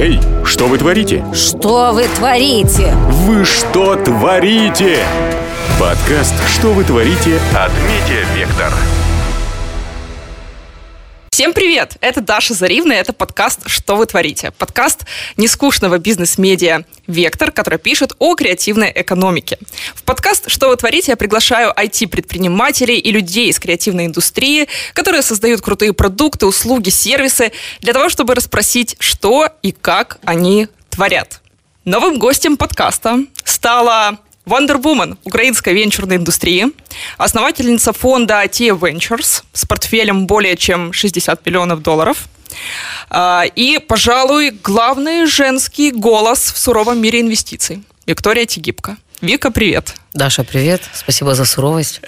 Эй, что вы творите? Что вы творите? Вы что творите? Подкаст «Что вы творите» от Медиавектор. Всем привет! Это Даша Заривна, это подкаст «Что вы творите?». Подкаст нескучного бизнес-медиа «Вектор», который пишет о креативной экономике. В подкаст «Что вы творите» я приглашаю IT-предпринимателей и людей из креативной индустрии, которые создают крутые продукты, услуги, сервисы, для того, чтобы расспросить, что и как они творят. Новым гостем подкаста стала Wonder Woman украинской венчурной индустрии, основательница фонда TIA Ventures с портфелем более чем $60 миллионов. И, пожалуй, главный женский голос в суровом мире инвестиций. Виктория Тегибко. Вика, привет. Даша, привет. Спасибо за суровость.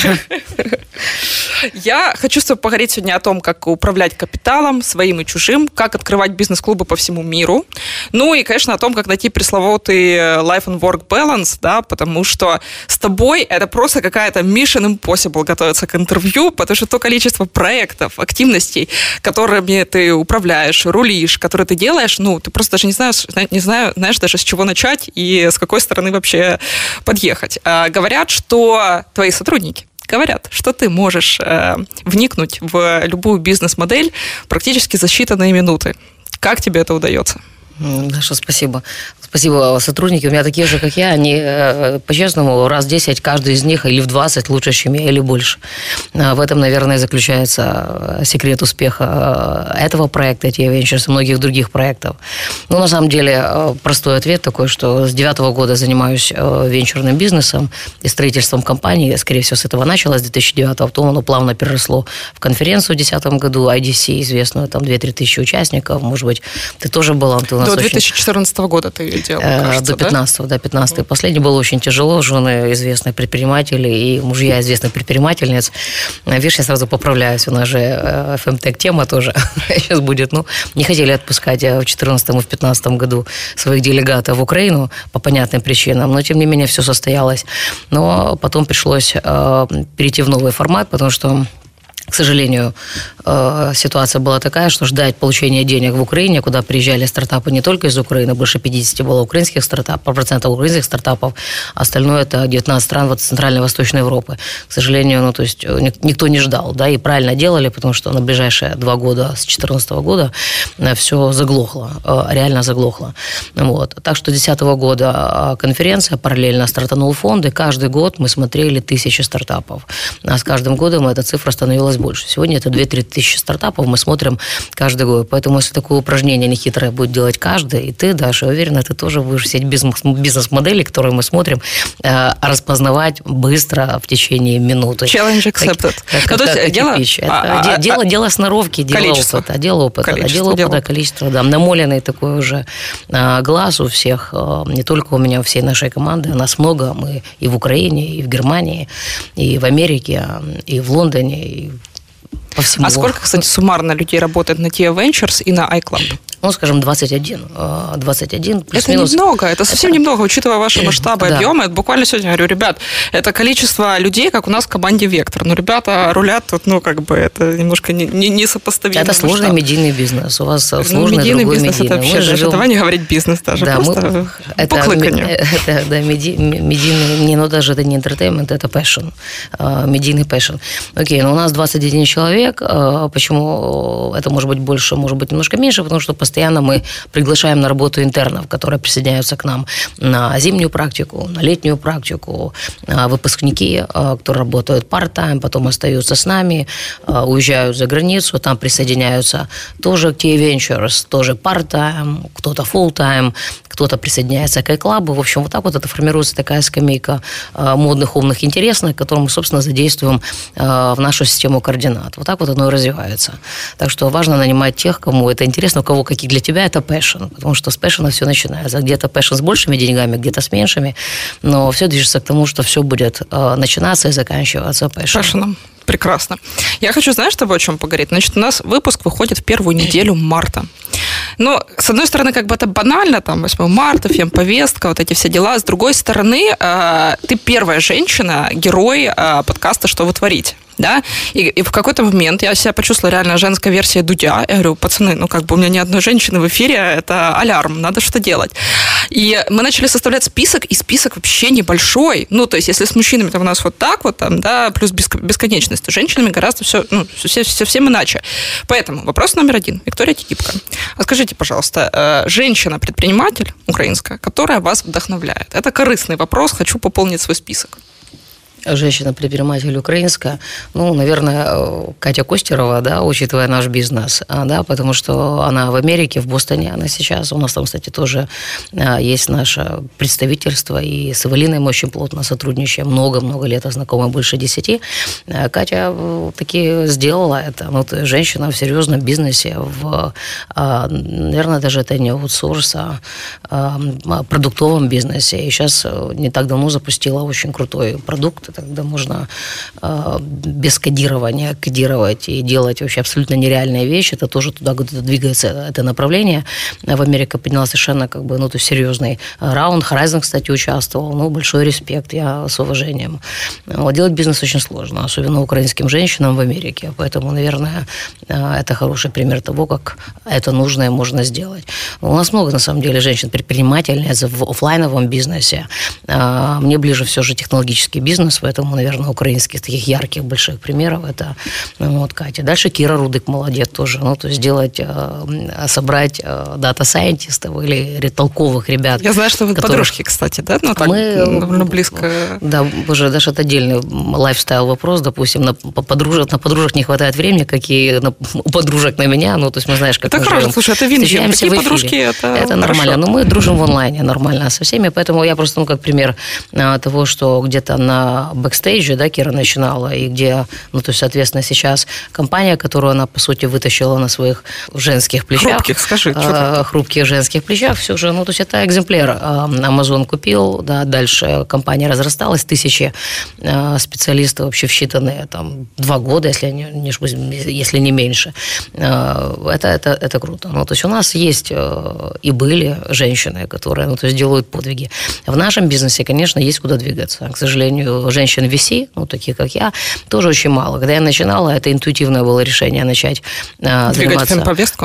Я хочу с тобой поговорить сегодня о том, как управлять капиталом, своим и чужим, как открывать бизнес-клубы по всему миру. Ну и, конечно, о том, как найти пресловутый life and work balance, да, потому что с тобой это просто какая-то mission impossible готовиться к интервью, потому что то количество проектов, активностей, которыми ты управляешь, рулишь, которые ты делаешь, ну, ты просто даже не знаешь даже с чего начать и с какой стороны вообще подъехать. Говорят, что твои сотрудники говорят, что ты можешь вникнуть в любую бизнес-модель практически за считанные минуты. Как тебе это удается? Даша, спасибо. Спасибо. Сотрудники у меня такие же, как я. Они, по-честному, раз 10, каждый из них, или в 20 лучше, чем я, или больше. В этом, наверное, заключается секрет успеха этого проекта, TIA Ventures и многих других проектов. Ну, на самом деле, простой ответ такой, что с 2009 года занимаюсь венчурным бизнесом и строительством компании. Скорее всего, с этого началось, с 2009, потом оно плавно переросло в конференцию в 2010 году, IDC, известную, там 2-3 тысячи участников. Может быть, ты тоже была, ты у нас до 2014 года ты ее делала, кажется, до 15-го, да? 15-й. Последний был очень тяжело. Жены известных предпринимателей и мужья известных предпринимательниц. Видишь, я сразу поправляюсь. У нас же FMTech-тема тоже сейчас будет. Ну, не хотели отпускать в 2014 и в 2015 году своих делегатов в Украину по понятным причинам. Но, тем не менее, все состоялось. Но потом пришлось перейти в новый формат, потому что, к сожалению, ситуация была такая, что ждать получения денег в Украине, куда приезжали стартапы не только из Украины, больше 50 было украинских стартапов, процентов украинских стартапов, остальное это 19 стран Центральной и Восточной Европы. К сожалению, ну, то есть никто не ждал, да, и правильно делали, потому что на ближайшие 2 года, с 2014 года, все заглохло, реально заглохло. Вот. Так что с 2010 года конференция, параллельно стартанул фонд, и каждый год мы смотрели 1000 стартапов. А с каждым годом эта цифра становилась больше. Сегодня это 2-3 тысячи стартапов мы смотрим каждый год. Поэтому если такое упражнение нехитрое будет делать каждый, и ты, Даша, уверена, ты тоже будешь сеть бизнес-моделей, которые мы смотрим, распознавать быстро в течение минуты. Challenge accepted. Дело сноровки, дело опыта, количество, да. Намоленный такой уже глаз у всех, не только у меня, у всей нашей команды, нас много, мы и в Украине, и в Германии, и в Америке, и в Лондоне, и по всему. А сколько, кстати, суммарно людей работает на TIA Ventures и на iClub? Ну, скажем, 21 это немного, это совсем немного, учитывая ваши масштабы, объемы. Это буквально сегодня говорю, ребят, это количество людей, как у нас в команде «Вектор». Но ребята рулят тут, ну, как бы, это немножко несопоставимо. Это сложный медийный бизнес. У вас сложный медийный другой бизнес, медийный. Это вообще, даже давай не говорить бизнес даже, да, просто по клыканью. Это медийный, но даже это не entertainment, это passion, медийный passion. Окей, но у нас 21 человек. Почему это может быть больше, может быть немножко меньше? Потому что постоянно мы приглашаем на работу интернов, которые присоединяются к нам на зимнюю практику, на летнюю практику, выпускники, которые работают part-time, потом остаются с нами, уезжают за границу, там присоединяются тоже к TIA Ventures, тоже part-time, кто-то full-time, кто-то присоединяется к iClub. В общем, вот так вот это формируется такая скамейка модных, умных, интересных, которую мы, собственно, задействуем в нашу систему координат. Вот так вот оно и развивается. Так что важно нанимать тех, кому это интересно, у кого какие для тебя это passion, потому что с passion все начинается. Где-то passion с большими деньгами, где-то с меньшими, но все движется к тому, что все будет начинаться и заканчиваться passion. Прекрасно. Я хочу, знаешь, с тобой о чем поговорить? Значит, у нас выпуск выходит в первую неделю марта. Но, с одной стороны, как бы это банально, там, 8 марта, фемповестка, вот эти все дела. С другой стороны, ты первая женщина, герой подкаста «Что вы творите?». да, и в какой-то момент я себя почувствовала реально женская версия Дудя. Я говорю, пацаны, у меня ни одной женщины в эфире, это алярм, надо что-то делать. И мы начали составлять список, и список вообще небольшой. То есть, если с мужчинами у нас вот так вот, да, плюс бесконечность, то с женщинами гораздо все, совсем иначе. Поэтому вопрос номер 1. Виктория Титипко. А скажите, пожалуйста, женщина-предприниматель украинская, которая вас вдохновляет? Это корыстный вопрос, хочу пополнить свой список. Женщина-предприниматель украинская, наверное, Катя Костерова, да, учитывая наш бизнес, да, потому что она в Америке, в Бостоне, она сейчас, у нас там, кстати, тоже есть наше представительство, и с Эвелиной мы очень плотно сотрудничаем, много-много лет, знакомы, больше 10. Катя таки сделала это, женщина в серьезном бизнесе, наверное, даже это не аутсорс, а продуктовом бизнесе, и сейчас не так давно запустила очень крутой продукт, когда можно без кодирования кодировать и делать вообще абсолютно нереальные вещи. Это тоже туда двигается это направление. В Америке подняла совершенно серьезный раунд. Horizon, кстати, участвовал. Большой респект, я с уважением. Делать бизнес очень сложно, особенно украинским женщинам в Америке. Поэтому, наверное, это хороший пример того, как это нужно и можно сделать. У нас много, на самом деле, женщин-предпринимательниц в офлайновом бизнесе. Мне ближе все же технологический бизнес, поэтому, наверное, украинских таких ярких, больших примеров это Катя. Дальше Кира Рудик молодец тоже. То есть собрать дата-сайентистов или толковых ребят. Я знаю, что вы подружки, кстати, да? Мы довольно близко. Да, боже, даже это отдельный лайфстайл-вопрос. Допустим, на подружек не хватает времени, как и у подружек на меня. То есть мы знаешь, как это мы хорошо, слушай, это вин-вин. Такие подружки, это нормально. Но мы дружим в онлайне нормально со всеми, поэтому я просто, как пример того, что где-то на бэкстейдже, да, Кира начинала, и где, то есть, соответственно, сейчас компания, которую она, по сути, вытащила на своих женских плечах. Хрупких, скажи. Хрупких женских плечах, все же, то есть, это экземпляр. Amazon купил, да, дальше компания разрасталась, 1000 специалистов вообще в считанные, 2 года, если не меньше. Это круто. То есть, у нас есть и были женщины, которые, то есть, делают подвиги. В нашем бизнесе, конечно, есть куда двигаться. К сожалению, женщин VC, таких как я, тоже очень мало. Когда я начинала, это интуитивное было решение начать заниматься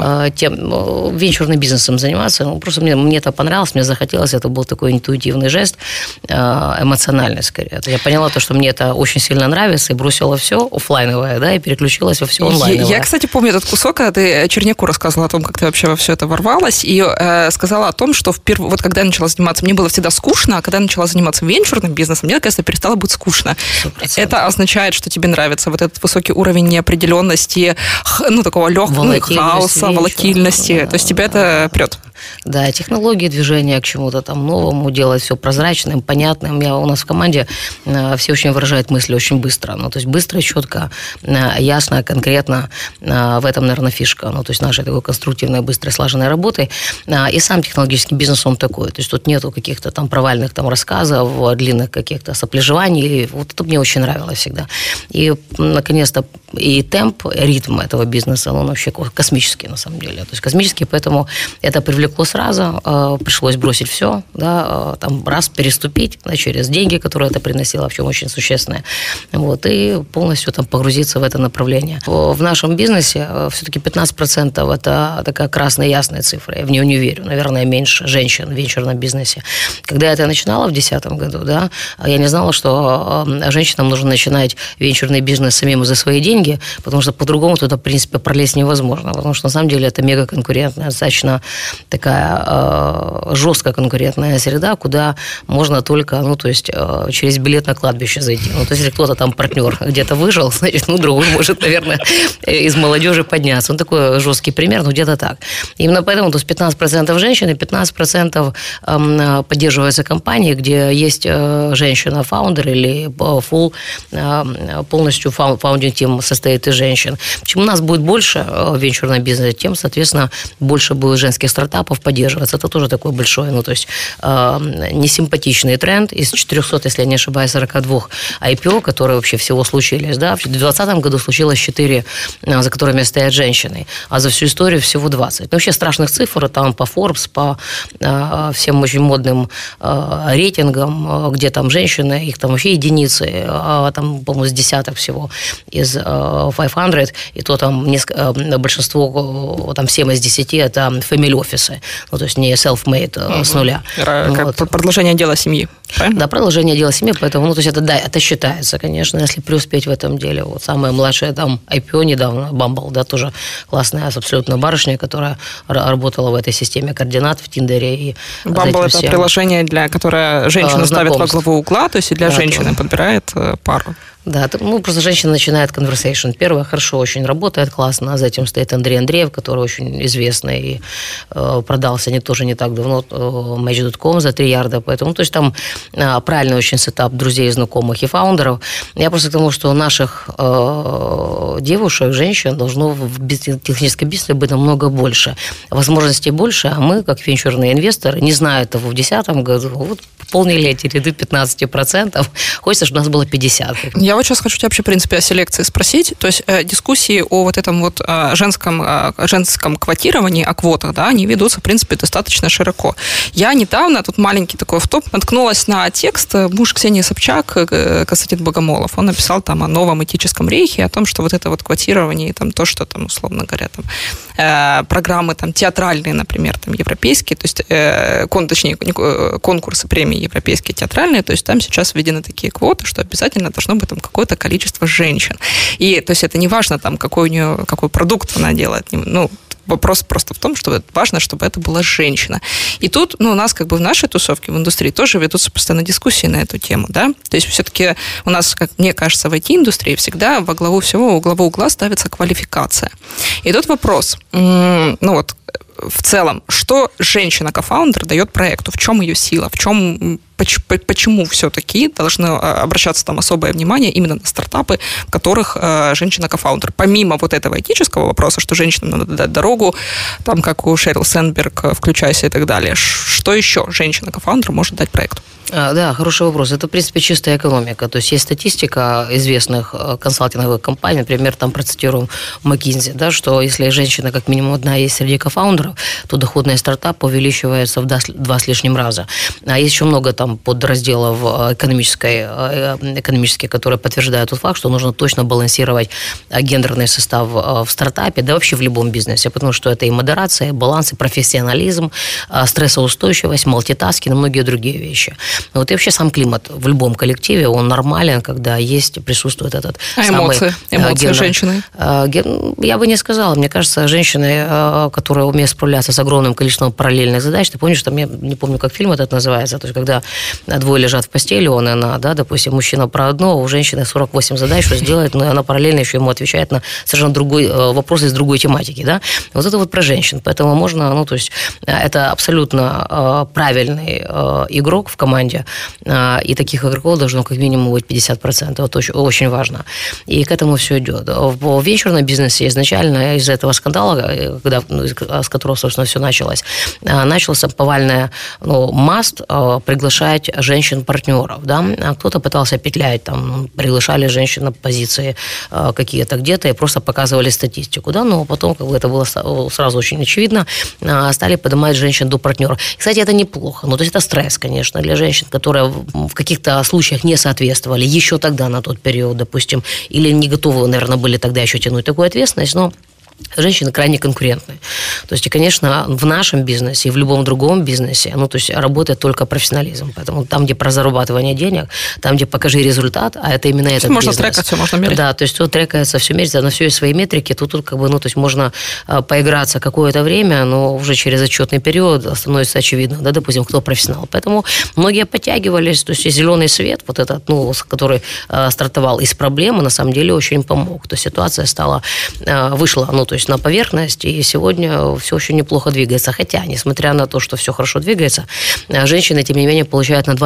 венчурным бизнесом заниматься. Просто мне это понравилось, мне захотелось, это был такой интуитивный жест, эмоциональный скорее. Я поняла то, что мне это очень сильно нравится, и бросила все офлайновое, да, и переключилась во все онлайновое. Я, кстати, помню этот кусок, когда ты Черняку рассказывала о том, как ты вообще во все это ворвалась, и сказала о том, что когда я начала заниматься, мне было всегда скучно, а когда я начала заниматься венчурным бизнесом, мне, кажется, перестало быть скучно. 100%. Это означает, что тебе нравится вот этот высокий уровень неопределенности, такого легкого хаоса, волатильности. Да, то есть тебя это прет. Да, технологии движения к чему-то новому, делать все прозрачным, понятным. У нас в команде все очень выражают мысли очень быстро. То есть быстро, четко, ясно, конкретно. В этом, наверное, фишка. То есть нашей такой конструктивной, быстрой, слаженной работы. И сам технологический бизнес, он такой. То есть тут нету каких-то провальных рассказов, длинных каких-то соплежеваний. Вот это мне очень нравилось всегда. И, наконец-то, и темп, ритм этого бизнеса, он вообще космический, на самом деле. То есть космический, поэтому это привлекло сразу, пришлось бросить все, да, раз переступить, да, через деньги, которые это приносило, в чем очень существенное, и полностью погрузиться в это направление. В нашем бизнесе все-таки 15% это такая красная ясная цифра, я в нее не верю, наверное, меньше женщин в венчурном бизнесе. Когда я это начинала в 2010 году, да, я не знала, что женщинам нужно начинать венчурный бизнес самим за свои деньги, потому что по-другому туда, в принципе, пролезть невозможно, потому что на самом деле это мегаконкурентная, достаточно такая жесткая конкурентная среда, куда можно только, через билет на кладбище зайти. То есть, если кто-то партнер где-то выжил, значит, другой может, наверное, из молодежи подняться. Такой жесткий пример, где-то так. Именно поэтому, то есть, 15% женщин и 15% поддерживается компанией, где есть женщина-фаундер или полностью фаундинг тим состоит из женщин. Чем у нас будет больше в венчурном бизнесе, тем, соответственно, больше будет женских стартапов поддерживаться. Это тоже такой большой, несимпатичный тренд. Из 400, если я не ошибаюсь, 42 IPO, которые вообще всего случились, да, в 2020 году случилось 4, за которыми стоят женщины, а за всю историю всего 20. Вообще страшных цифр, по Forbes, по всем очень модным рейтингам, где женщины, их вообще единицы, там, по-моему, с десяток всего из 500, и то там большинство, там 7 из 10 это family офисы, ну, то есть не self-made с нуля. Как продолжение дела семьи, правильно? Да, продолжение дела семьи, поэтому, ну, то есть это, да, это считается, конечно, если преуспеть в этом деле. Вот самая младшая там IPO недавно, Bumble, да, тоже классная абсолютно барышня, которая работала в этой системе координат в Тиндере. И Bumble – это приложение, которое женщину ставит во главу угла, то есть и для женщины подбирает пару. Да, ну, просто женщина начинает conversation. Первое, хорошо, очень работает, классно. А за этим стоит Андрей Андреев, который очень известный и продался тоже не так давно Match.com за 3 ярда. Поэтому, то есть там правильный очень сетап друзей, знакомых и фаундеров. Я просто к тому, что наших девушек, женщин должно в техническом бизнесе быть намного больше. Возможностей больше, а мы, как венчурные инвесторы, не зная этого в 2010 году, вот пополнили эти ряды 15%. Хочется, чтобы у нас было 50%. Я вот сейчас хочу тебя вообще, в принципе, о селекции спросить. То есть дискуссии о вот этом вот женском квотировании, о квотах, да, они ведутся, в принципе, достаточно широко. Я недавно, тут маленький такой втоп, наткнулась на текст. Муж Ксении Собчак, Константин Богомолов, он написал там о новом этическом рейхе, о том, что вот это вот квотирование, там то, что там, условно говоря, там программы там театральные, например, там европейские, то есть, точнее, конкурсы, премии европейские театральные, то есть там сейчас введены такие квоты, что обязательно должно быть там какое-то количество женщин. И, то есть, это не важно, там, какой продукт она делает, ну, вопрос просто в том, что важно, чтобы это была женщина. И тут, ну, у нас как бы в нашей тусовке, в индустрии тоже ведутся постоянно дискуссии на эту тему, да. То есть все-таки у нас, как мне кажется, в IT-индустрии всегда во главу всего, во главу угла ставится квалификация. И тут вопрос, ну вот, в целом, что женщина-кофаундер дает проекту, в чем ее сила, почему все-таки должно обращаться там особое внимание именно на стартапы, в которых женщина-кофаундер. Помимо вот этого этического вопроса, что женщинам надо дать дорогу, там, как у Шерил Сэндберг, включайся и так далее, что еще женщина-кофаундер может дать проекту? Да, хороший вопрос. Это, в принципе, чистая экономика. То есть есть статистика известных консалтинговых компаний, например, там процитируем McKinsey, да, что если женщина как минимум одна есть среди кофаундеров, то доходность стартапа увеличивается в 2 с лишним раза. А есть еще много там подразделов экономических, которые подтверждают тот факт, что нужно точно балансировать гендерный состав в стартапе, да вообще в любом бизнесе, потому что это и модерация, и баланс, и профессионализм, стрессоустойчивость, мультитаскинг и многие другие вещи. Вот и вообще сам климат в любом коллективе, он нормален, когда присутствует этот эмоции женщины? Я бы не сказала. Мне кажется, женщины, которые умеют справляться с огромным количеством параллельных задач, ты помнишь, там, я не помню, как фильм этот называется, то есть когда двое лежат в постели, он и она, да, допустим, мужчина про одно, а у женщины 48 задач, что сделать, но она параллельно еще ему отвечает на совершенно другой вопрос из другой тематики, да. Вот это вот про женщин, поэтому можно, ну, то есть это абсолютно правильный игрок в команде, и таких игроков должно как минимум быть 50%, это очень важно, и к этому все идет. В венчурном бизнесе изначально из-за этого скандала, с которого, собственно, все началось, начался повальный маст приглашать женщин-партнеров, да, а кто-то пытался петлять, там, приглашали женщин на позиции какие-то где-то и просто показывали статистику, да, но потом, как бы это было сразу очень очевидно, стали поднимать женщин до партнеров. Кстати, это неплохо, то есть это стресс, конечно, для женщин, которые в каких-то случаях не соответствовали еще тогда, на тот период, допустим, или не готовы, наверное, были тогда еще тянуть такую ответственность, но женщины крайне конкурентны. То есть, и, конечно, в нашем бизнесе и в любом другом бизнесе, то есть работает только профессионализм. Поэтому там, где про зарабатывание денег, там, где покажи результат, а это именно этот можно бизнес. Можно трекать, все можно мерить. Да, то есть тут трекается, все мерится, на все есть свои метрики. Тут как бы, то есть можно поиграться какое-то время, но уже через отчетный период становится очевидно, да, допустим, кто профессионал. Поэтому многие подтягивались, то есть зеленый свет, вот этот, который стартовал из проблемы, на самом деле очень помог. То есть ситуация вышла, то есть на поверхность, и сегодня все очень неплохо двигается. Хотя, несмотря на то, что все хорошо двигается, женщины, тем не менее, получают на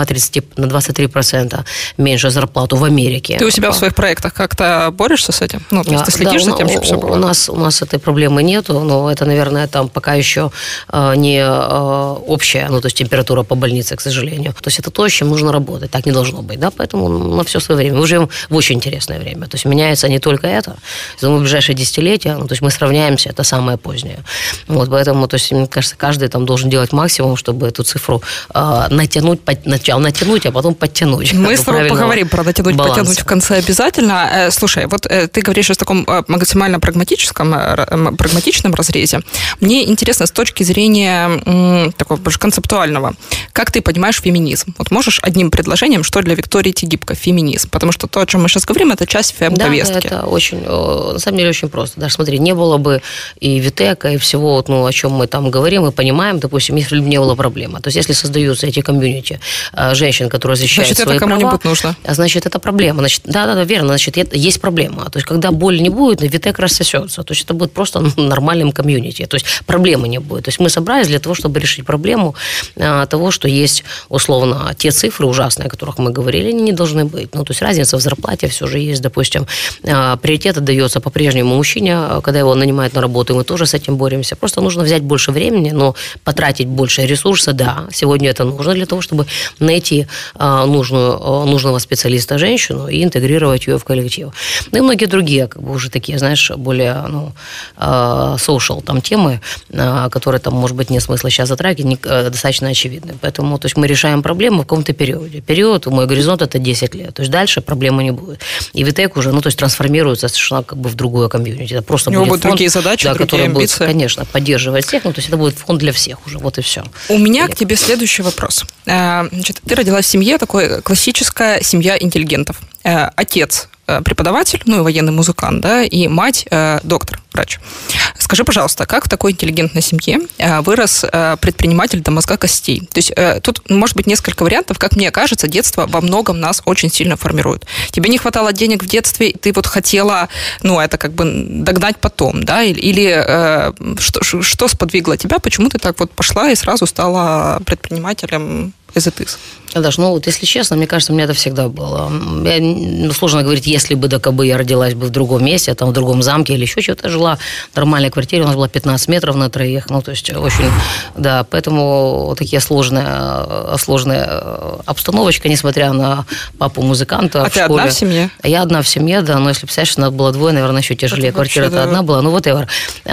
23% меньше зарплату в Америке. Ты у себя в своих проектах как-то борешься с этим? То есть ты следишь за тем, чтобы все было? У нас этой проблемы нету, но это, наверное, там пока еще не общая, то есть температура по больнице, к сожалению. То есть это то, с чем нужно работать. Так не должно быть, да, поэтому на все свое время. Мы живем в очень интересное время. То есть меняется не только это. В ближайшие десятилетия, то есть мы сравняемся, это самое позднее. Вот, поэтому, то есть, мне кажется, каждый там должен делать максимум, чтобы эту цифру натянуть, сначала натянуть, а потом подтянуть. Мы с тобой поговорим про натянуть, подтянуть в конце обязательно. Слушай, вот ты говоришь в таком максимально прагматичном разрезе. Мне интересно с точки зрения такого больше концептуального. Как ты понимаешь феминизм? Вот можешь одним предложением, что для Виктории Тигибко феминизм? Потому что то, о чем мы сейчас говорим, это часть фем-повестки. Да, это очень, на самом деле, очень просто. Даже смотри, не было бы и Витека, и всего, о чем мы там говорим и понимаем, допустим, если бы не было проблемы. То есть, если создаются эти комьюнити женщин, которые защищают значит, свои это права, кому-нибудь нужно. Значит, это проблема. Значит, да, верно, значит, есть проблема. То есть, когда боли не будет, Витек рассосется. То есть, это будет просто нормальным комьюнити. То есть, проблемы не будет. То есть, мы собрались для того, чтобы решить проблему того, что есть, условно, те цифры ужасные, о которых мы говорили, они не должны быть. То есть, разница в зарплате все же есть, допустим. Приоритет отдается по-прежнему мужчине, когда его нанимают на работу, и мы тоже с этим боремся. Просто нужно взять больше времени, но потратить больше ресурса, да, сегодня это нужно для того, чтобы найти нужного специалиста женщину и интегрировать ее в коллектив. Ну и многие другие, уже такие, знаешь, более social там темы, которые там, может быть, нет смысла сейчас затрагивать, достаточно очевидны. Поэтому, то есть, мы решаем проблему в каком-то периоде. Период, мой горизонт, это 10 лет. То есть, дальше проблемы не будет. И Витек уже, то есть, трансформируется совершенно в другое комьюнити. Это просто будет фонд, другие задачи, другие амбиции. Будет, конечно, поддерживать всех, то есть, это будет фонд для всех уже, вот и все. У меня к тебе следующий вопрос. Значит, ты родилась в семье, такой классическая семья интеллигентов. Отец преподаватель, и военный музыкант, да, и мать доктор, врач. Скажи, пожалуйста, как в такой интеллигентной семье вырос предприниматель до мозга костей? То есть тут может быть несколько вариантов. Как мне кажется, детство во многом нас очень сильно формирует. Тебе не хватало денег в детстве, и ты вот хотела, это догнать потом, да? Или что сподвигло тебя? Почему ты так вот пошла и сразу стала предпринимателем as it is? Даш, если честно, мне кажется, у меня это всегда было. Сложно говорить, если бы, да кабы я родилась бы в другом месте, там, в другом замке или еще что-то. Я жила в нормальной квартире, у нас было 15 метров на троих, то есть очень, да, поэтому такие сложная обстановочка, несмотря на папу музыканта в школе. А ты одна в семье? Я одна в семье, да, но если представляешь, нас было двое, наверное, еще тяжелее. Квартира-то одна была, whatever.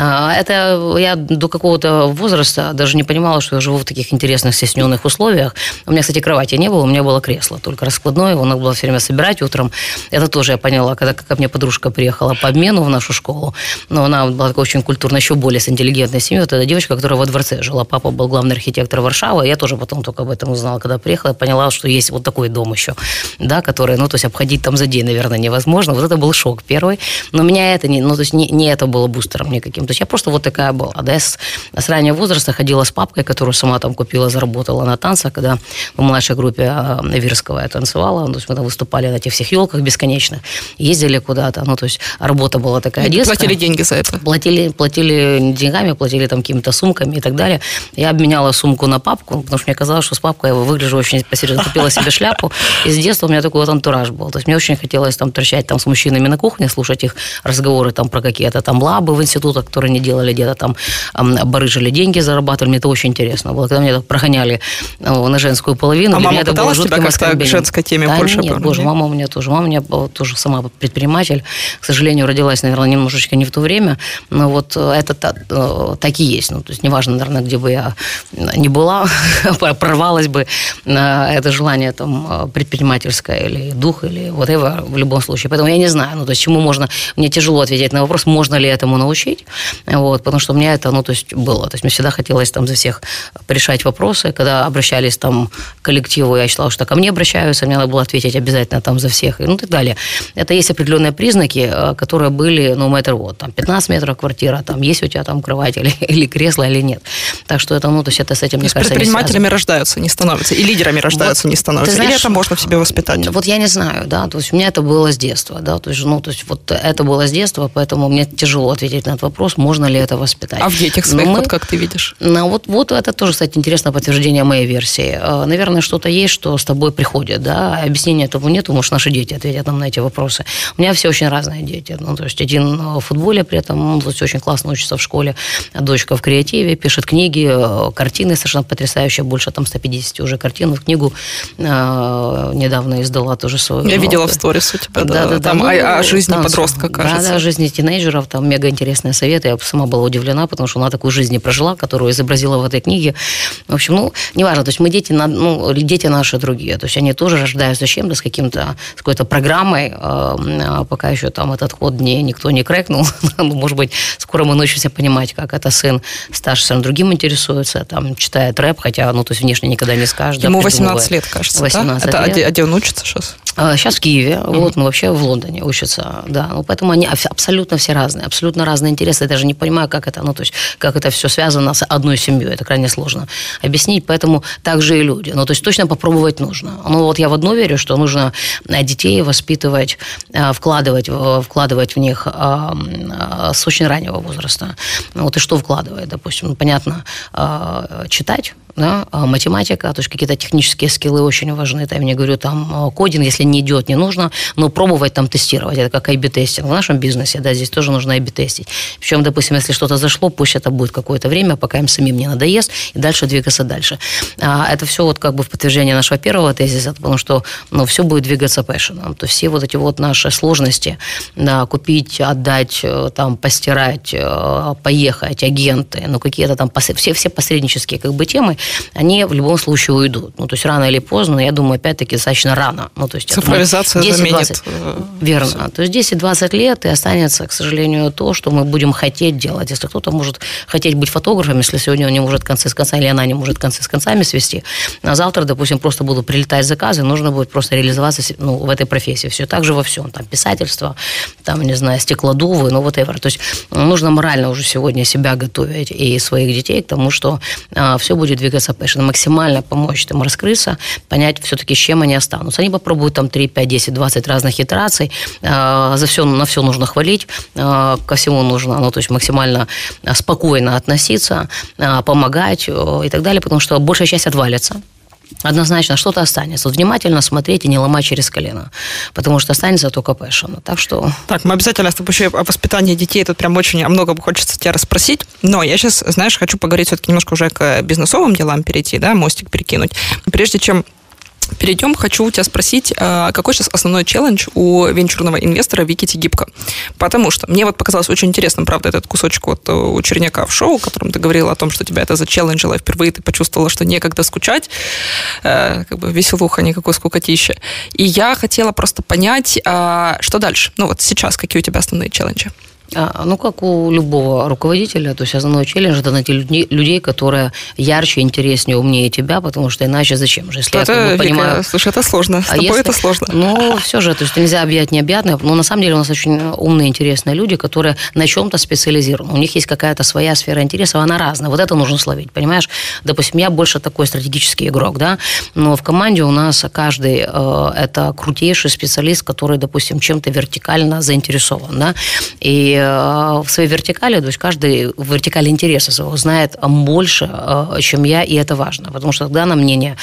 Это я до какого-то возраста даже не понимала, что я живу в таких интересных, стесненных условиях. У меня, кстати, кровати не было, у меня было кресло, только раскладное, его надо было все время собирать утром. Это тоже я поняла, когда ко мне подружка приехала по обмену в нашу школу, но она была такой очень культурной, еще более с интеллигентной семьей. Вот эта девочка, которая во дворце жила. Папа был главный архитектор Варшавы. Я тоже потом только об этом узнала, когда приехала. Я поняла, что есть вот такой дом еще, да, который, то есть обходить там за день, наверное, невозможно. Вот это был шок первый. Но меня это не это было бустером никаким. То есть я просто вот такая была. Да, я с раннего возраста ходила с папкой, которую сама там купила, заработала на танцах, когда в младшей группе Вирского я танцевала. То есть мы там выступали на этих всех елках бесконечно. Ездили куда-то. То есть работа была такая детская. Платили деньги за это? Платили не деньгами, платили там какими-то сумками и так далее. Я обменяла сумку на папку, потому что мне казалось, что с папкой я выгляжу очень посерьезно. Купила себе шляпу. И с детства у меня такой вот антураж был. То есть мне очень хотелось там торчать там с мужчинами на кухне, слушать их разговоры там про какие-то там лабы в институтах, которые не делали, где-то там барыжили деньги, зарабатывали. Мне это очень интересно было. Когда меня так прогоняли на женскую половину, для меня это было жутким оскорблением. К женской теме больше? Нет, боже, мама у меня тоже сама предприниматель. К сожалению, родилась, наверное, немножечко не в то время, но вот это так и есть. То есть неважно, наверное, где бы я ни была, прорвалась бы это желание там предпринимательское или дух, или whatever, в любом случае. Поэтому я не знаю, то есть чему можно... Мне тяжело ответить на вопрос, можно ли этому научить, потому что у меня это, то есть было. То есть мне всегда хотелось там за всех решать вопросы. Когда обращались там к коллективу, я считала, что ко мне обращаются, мне надо было ответить обязательно там за всех, и так далее. Это есть определенные признаки, которые были, no matter what, там 15 метров квартира, там есть у тебя там кровать или кресло, или нет. Так что это, то есть это с этим, мне кажется, предпринимателями рождаются, не становятся, и лидерами рождаются, не становятся. Знаешь, или это можно в себе воспитать? Вот я не знаю, да, то есть у меня это было с детства, да, то есть, вот это было с детства, поэтому мне тяжело ответить на этот вопрос, можно ли это воспитать. А в детях своих, вот как ты видишь? Вот это тоже, кстати, интересное подтверждение моей версии. наверное, что-то есть, что с тобой приходит, да, объяснения этому нету, может, наши дети ответят нам на эти вопросы. У меня все очень разные дети, ну, то есть один в футболе при этом, ну, то есть очень классно учится в школе, дочка в креативе, пишет книги, картины совершенно потрясающие, больше там 150 уже картин, книгу недавно издала тоже свою. Я видела в сторис у тебя, да, там о жизни подростка, кажется. Да, о жизни тинейджеров, там мега интересные советы, я сама была удивлена, потому что она такую жизнь не прожила, которую изобразила в этой книге. В общем, ну, неважно, то есть мы дети наши другие, то есть они тоже рождаются с чем-то, с какой-то программой, пока еще там этот ход никто не крэкнул, может быть, скоро мы научимся понимать, как это сын старший другим интересуется, там, читает рэп, хотя, ну, то есть внешне никогда не скажет. Ему 18 лет, кажется, 18 да? лет. А где он учится сейчас? Сейчас в Киеве, вот, ну, вообще в Лондоне учатся, да, ну, поэтому они абсолютно все разные, абсолютно разные интересы, я даже не понимаю, как это, ну, то есть, как это все связано с одной семьей, это крайне сложно объяснить, поэтому так же и люди, ну, то есть, точно попробовать нужно, ну, вот я в одно верю, что нужно детей воспитывать, вкладывать в них с очень раннего возраста, вот, и что вкладывает, допустим, ну, понятно, читать, да, математика, то есть какие-то технические скиллы очень важны. Это я не говорю, там, кодинг, если не идет, не нужно, но пробовать там тестировать. Это как A/B-тестинг. В нашем бизнесе, да, здесь тоже нужно A/B-тестить. Причем, допустим, если что-то зашло, пусть это будет какое-то время, пока им самим не надоест, и дальше двигаться дальше. Это все вот как бы в подтверждение нашего первого тезиса, потому что, ну, все будет двигаться пэшеном. То есть все вот эти вот наши сложности, да, купить, отдать, там, постирать, поехать, агенты, ну, какие-то там, все посреднические как бы темы, они в любом случае уйдут. Ну, то есть рано или поздно, я думаю, опять-таки, достаточно рано. Ну, то есть, цифровизация заменит. Верно. Все. То есть 10-20 лет, и останется, к сожалению, то, что мы будем хотеть делать. Если кто-то может хотеть быть фотографом, если сегодня он не может концы с концами, или она не может концы с концами свести, а завтра, допустим, просто будут прилетать заказы, нужно будет просто реализоваться, ну, в этой профессии. Все так же во всем. Там писательство, там, не знаю, стеклодувы, ну, whatever. То есть нужно морально уже сегодня себя готовить и своих детей к тому, что все будет двигаться пэшн, максимально помочь им раскрыться, понять все-таки, с чем они останутся. Они попробуют там 3, 5, 10, 20 разных итераций, на все нужно хвалить, ко всему нужно, ну, то есть максимально спокойно относиться, помогать и так далее, потому что большая часть отвалится. Однозначно что-то останется. Вот внимательно смотреть и не ломать через колено, потому что останется только пэшн. Так что... Так, мы обязательно с тобой еще о воспитании детей тут прям очень много хочется тебя расспросить, но я сейчас, знаешь, хочу поговорить все-таки немножко уже к бизнесовым делам перейти, да, мостик перекинуть. Прежде чем перейдем, хочу у тебя спросить, какой сейчас основной челлендж у венчурного инвестора Вики Тигибко? Потому что мне вот показалось очень интересным, правда, этот кусочек вот у Черняка в шоу, в котором ты говорила о том, что тебя это зачелленджило, и впервые ты почувствовала, что некогда скучать, как бы веселуха, никакой скукотища. И я хотела просто понять, что дальше? Ну вот сейчас какие у тебя основные челленджи? Ну, как у любого руководителя, то есть основной челлендж – это найти людей, которые ярче, интереснее, умнее тебя, потому что иначе зачем же? Если это, я понимаю... Слушай, это сложно, с тобой это сложно. Ну, все же, то есть нельзя объять необъятное, но на самом деле у нас очень умные, интересные люди, которые на чем-то специализированы. У них есть какая-то своя сфера интересов, она разная. Вот это нужно словить, понимаешь? Допустим, я больше такой стратегический игрок, да, но в команде у нас каждый это крутейший специалист, который, допустим, чем-то вертикально заинтересован, да, и в своей вертикали, то есть каждый в вертикали интереса своего знает больше, чем я, и это важно, потому что тогда на мнение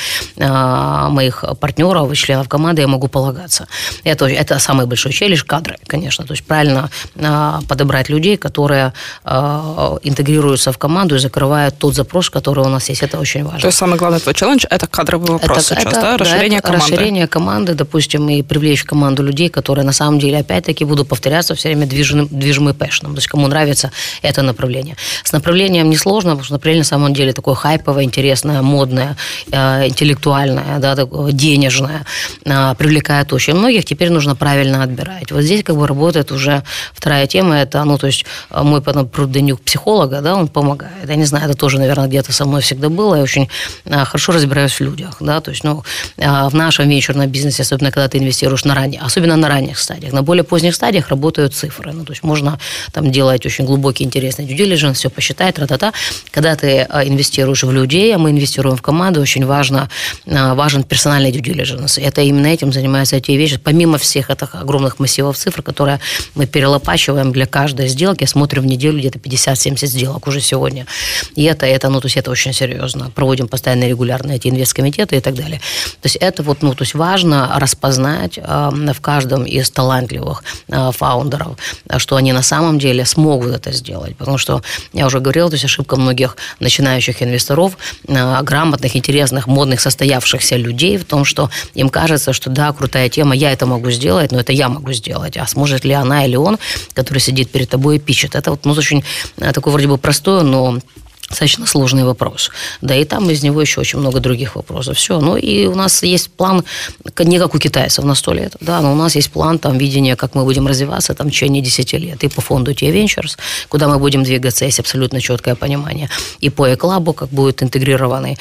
моих партнеров и членов команды я могу полагаться. Это самый большой челлендж, кадры, конечно, то есть правильно подобрать людей, которые интегрируются в команду и закрывают тот запрос, который у нас есть, это очень важно. То есть самый главный твой челлендж – это кадровый вопрос сейчас, да? Расширение команды. Расширение команды, допустим, и привлечь в команду людей, которые на самом деле, опять-таки, буду повторяться, все время движимы пэшном, то есть кому нравится это направление. С направлением несложно, потому что направление на самом деле такое хайповое, интересное, модное, интеллектуальное, да, такое денежное, привлекает очень многих, теперь нужно правильно отбирать. Вот здесь как бы работает уже вторая тема, это, ну, то есть мой продвинюк психолога, да, он помогает. Я не знаю, это тоже, наверное, где-то со мной всегда было, я очень хорошо разбираюсь в людях, да, то есть, ну, в нашем венчурном бизнесе, особенно когда ты инвестируешь особенно на ранних стадиях, на более поздних стадиях работают цифры, ну, то есть можно нужно там делать очень глубокий, интересный due diligence, все посчитать, тра-та-та. Когда ты инвестируешь в людей, а мы инвестируем в команду, очень важен персональный due diligence. Это именно этим занимаются эти вещи. Помимо всех этих огромных массивов цифр, которые мы перелопачиваем для каждой сделки, смотрим в неделю где-то 50-70 сделок уже сегодня. И это очень серьезно. Проводим постоянно регулярно эти инвесткомитеты и так далее. То есть это важно распознать в каждом из талантливых фаундеров, что они на самом деле смогут это сделать. Потому что, я уже говорила, то есть ошибка многих начинающих инвесторов, грамотных, интересных, модных, состоявшихся людей в том, что им кажется, что да, крутая тема, я это могу сделать, но это я могу сделать. А сможет ли она или он, который сидит перед тобой и пишет? Это очень такой вроде бы простой, но достаточно сложный вопрос. Да, и там из него еще очень много других вопросов. Все. Ну, и у нас есть план, не как у китайцев на 100 лет, да, но у нас есть план, там, видение, как мы будем развиваться там, в течение 10 лет. И по фонду TA Ventures, куда мы будем двигаться, есть абсолютно четкое понимание. И по iClub, как будут интегрированы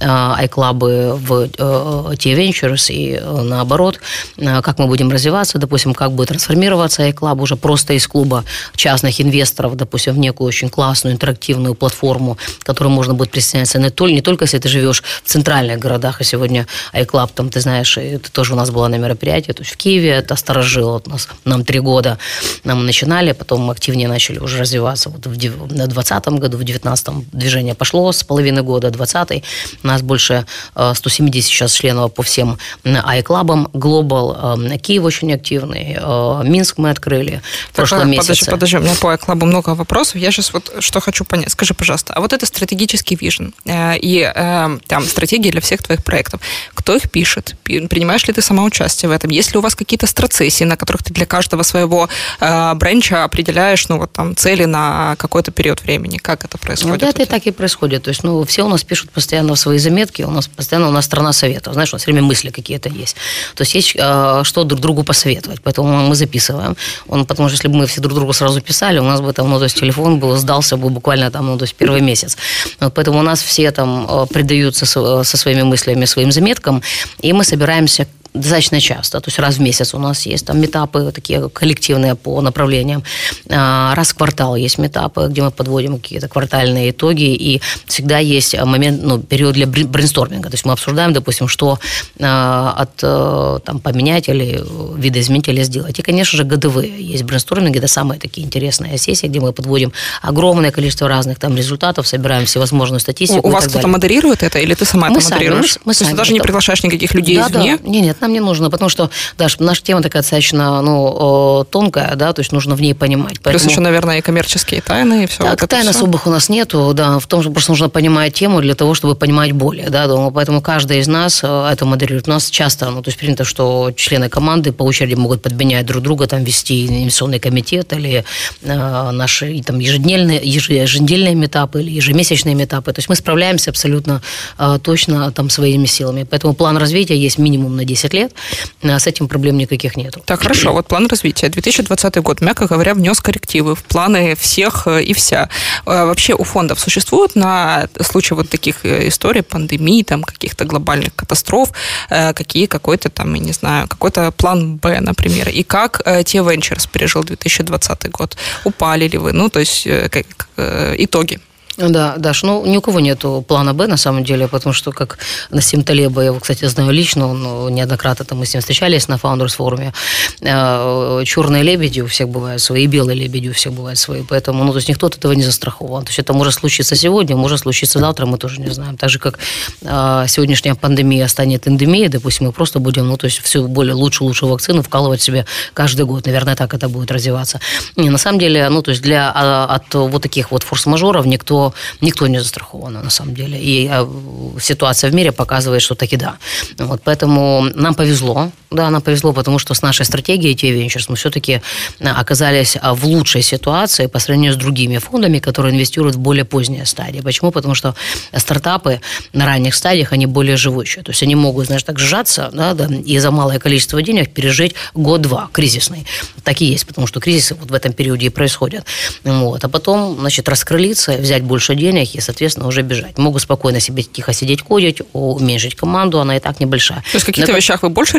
iClub в TA Ventures, и наоборот, как мы будем развиваться, допустим, как будет трансформироваться iClub уже просто из клуба частных инвесторов, допустим, в некую очень классную интерактивную платформу, к которой можно будет присоединяться не только если ты живешь в центральных городах, и сегодня iClub, там, ты знаешь, ты тоже у нас была на мероприятии, то есть в Киеве это старожило нам 3 года, мы начинали, потом мы активнее начали уже развиваться вот в 2020 году, в 2019 движение пошло с половины года, 2020 у нас больше 170 сейчас членов по всем iClub'ам, Global, Киев очень активный, Минск мы открыли в прошлом месяце. Подожди, у меня по iClub'у много вопросов, я сейчас вот что хочу понять, скажи, пожалуйста, а вот это стратегический вижен и там стратегии для всех твоих проектов. Кто их пишет? Принимаешь ли ты сама участие в этом? Есть ли у вас какие-то страцессии, на которых ты для каждого своего бренча определяешь, цели на какой-то период времени? Как это происходит? Это и так и происходит. То есть, все у нас пишут постоянно свои заметки, у нас страна советов. Знаешь, у нас все время мысли какие-то есть. То есть, что друг другу посоветовать. Поэтому мы записываем. Потому что если бы мы все друг другу сразу писали, у нас бы телефон был, сдался бы буквально первый месяц. Поэтому у нас все там предаются со своими мыслями, своим заметкам, и мы собираемся достаточно часто, то есть раз в месяц у нас есть там митапы такие коллективные по направлениям, раз в квартал есть митапы, где мы подводим какие-то квартальные итоги, и всегда есть момент, период для брейнсторминга, то есть мы обсуждаем, допустим, что поменять или видоизменить или сделать. И, конечно же, годовые есть брейнсторминги, это самые такие интересные сессии, где мы подводим огромное количество разных там результатов, собираем всевозможную статистику. У вас кто-то модерирует это, или ты сама это модерируешь? Мы сами. Ты даже не приглашаешь никаких людей извне? Нет, нам не нужно, потому что, Даш, наша тема такая достаточно тонкая, да, то есть нужно в ней понимать. Поэтому... Плюс еще, наверное, и коммерческие тайны, и все. Так, тайн особых у нас нету, да, в том, что просто нужно понимать тему для того, чтобы понимать более, да, поэтому каждый из нас это модерирует. У нас часто, то есть принято, что члены команды по очереди могут подменять друг друга, там, вести инвестиционный комитет или наши там еженедельные митапы или ежемесячные митапы. То есть мы справляемся абсолютно точно там своими силами. Поэтому план развития есть минимум на 10 лет. С этим проблем никаких нету. Так, хорошо. Вот план развития. 2020 год, мягко говоря, внес коррективы в планы всех и вся. Вообще у фондов существуют на случай вот таких историй, пандемий, там, каких-то глобальных катастроф, какой-то там, я не знаю, какой-то план Б, например. И как TA Ventures пережил 2020 год? Упали ли вы? То есть итоги. Да, Даш, ни у кого нету плана Б, на самом деле, потому что, как Насим Талеба, я его, кстати, знаю лично, он неоднократно мы с ним встречались на Founders форуме, черные лебеди у всех бывают свои, белые лебеди у всех бывают свои, поэтому, то есть никто от этого не застрахован. То есть это может случиться сегодня, может случиться завтра, мы тоже не знаем. Так же, как сегодняшняя пандемия станет эндемией, допустим, мы просто будем, то есть все более лучшую вакцину вкалывать себе каждый год. Наверное, так это будет развиваться. На самом деле, то есть от вот таких вот форс-мажоров никто не застрахован, на самом деле. И ситуация в мире показывает, что таки да. Поэтому нам повезло. Да, нам повезло, потому что с нашей стратегией TA Ventures мы все-таки оказались в лучшей ситуации по сравнению с другими фондами, которые инвестируют в более поздние стадии. Почему? Потому что стартапы на ранних стадиях, они более живучие. То есть они могут, так сжаться, и за малое количество денег пережить год-два кризисный. Так и есть, потому что кризисы вот в этом периоде и происходят. А потом, раскрылиться, взять больше денег и, соответственно, уже бежать. Могут спокойно себе тихо сидеть, кодить, уменьшить команду, она и так небольшая. То есть в каких-то вещах вы больше рисков берете,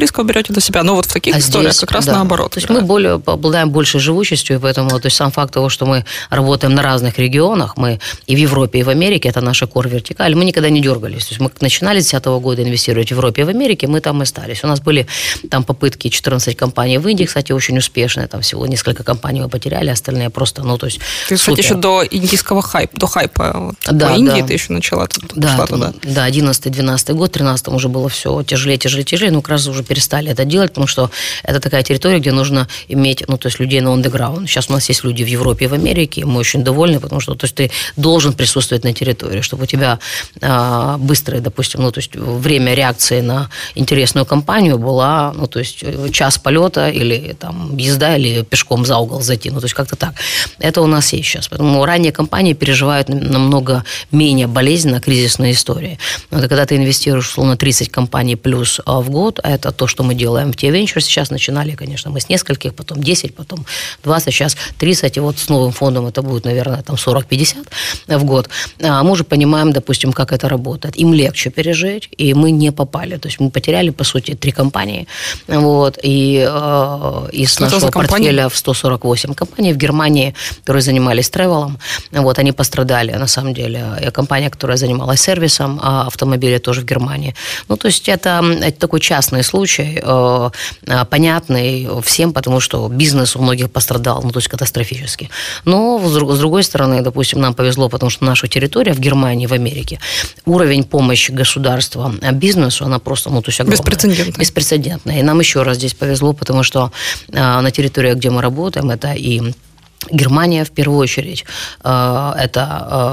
берете до себя. Но вот в таких историях как раз наоборот. То есть мы обладаем большей живучестью, и поэтому то есть сам факт того, что мы работаем на разных регионах, мы и в Европе, и в Америке, это наша кор-вертикаль, мы никогда не дергались. То есть мы начинали с 2010 года инвестировать в Европе и в Америке, мы там и остались. У нас были там попытки 14 компаний в Индии, кстати, очень успешные, там всего несколько компаний мы потеряли, остальные просто, ну, то есть ты, кстати, еще до индийского хайпа, до хайпа вот, по Индии ты еще начала шла туда. Да, 11-12 год, 13-м уже было все тяжелее, но как раз уже перестали это делать, потому что это такая территория, где нужно иметь, ну, то есть людей на on the ground. Сейчас у нас есть люди в Европе и в Америке, и мы очень довольны, потому что то есть ты должен присутствовать на территории, чтобы у тебя быстрое, допустим, ну, то есть время реакции на интересную компанию была, ну, то есть час полета или там езда, или пешком за угол зайти, ну, то есть как-то так. Это у нас есть сейчас. Поэтому ранние компании переживают намного менее болезненно кризисные истории. Но это когда ты инвестируешь, условно, 30 компаний плюс в год, это то, что мы делаем в T-Venture. Сейчас начинали, конечно, мы с нескольких, потом 10, потом 20, сейчас 30, и вот с новым фондом это будет, наверное, там 40-50 в год. Мы уже понимаем, допустим, как это работает. Им легче пережить, и мы не попали. То есть мы потеряли, по сути, 3 компании, вот, и из нашего портфеля в 148 компаний в Германии, которые занимались тревелом, вот, они пострадали, на самом деле. И компания, которая занималась сервисом автомобиля, тоже в Германии. Ну, то есть это такой частный случай, понятный всем, потому что бизнес у многих пострадал, ну, то есть катастрофически. Но, с другой стороны, допустим, нам повезло, потому что наша территория в Германии, в Америке, уровень помощи государства бизнесу, она просто, ну, то есть огромная. Беспрецедентная. И нам еще раз здесь повезло, потому что на территории, где мы работаем, это и Германия в первую очередь, это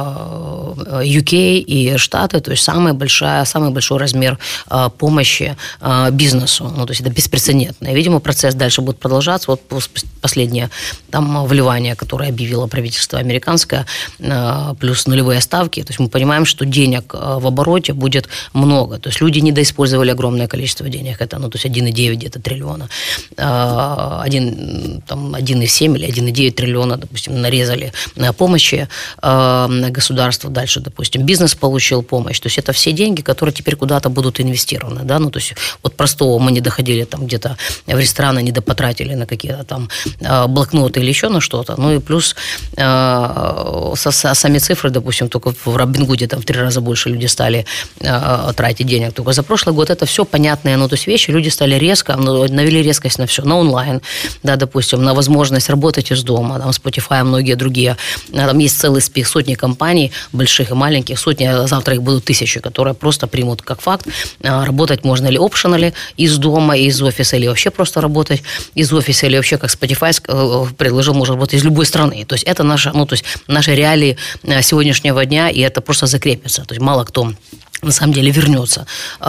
UK и Штаты, то есть самый большой размер помощи бизнесу, ну, то есть это беспрецедентно. И, видимо, процесс дальше будет продолжаться. Вот последнее там вливание, которое объявило правительство американское, плюс нулевые ставки, то есть мы понимаем, что денег в обороте будет много, то есть люди недоиспользовали огромное количество денег, это, ну, то есть 1,9 где-то триллиона, 1,7 или 1,9 триллиона, допустим, нарезали помощи государству, дальше, допустим, бизнес получил помощь, то есть это все деньги, которые теперь куда-то будут инвестированы, да, ну, то есть вот простого мы не доходили там где-то в рестораны, не допотратили на какие-то там блокноты или еще на что-то, ну и плюс сами цифры, допустим, только в Робингуде там в 3 раза больше люди стали тратить денег только за прошлый год, это все понятные, ну, то есть вещи, люди стали резко, навели резкость на все, на онлайн, да, допустим, на возможность работать из дома, там Spotify, многие другие, там есть целый список, сотни компаний, больших и маленьких, сотни, а завтра их будут 1000, которые просто примут как факт, работать можно или optionally из дома, из офиса, или вообще просто работать из офиса, или вообще, как Spotify предложил, можно работать из любой страны. То есть это наши реалии сегодняшнего дня, и это просто закрепится. То есть мало кто на самом деле вернется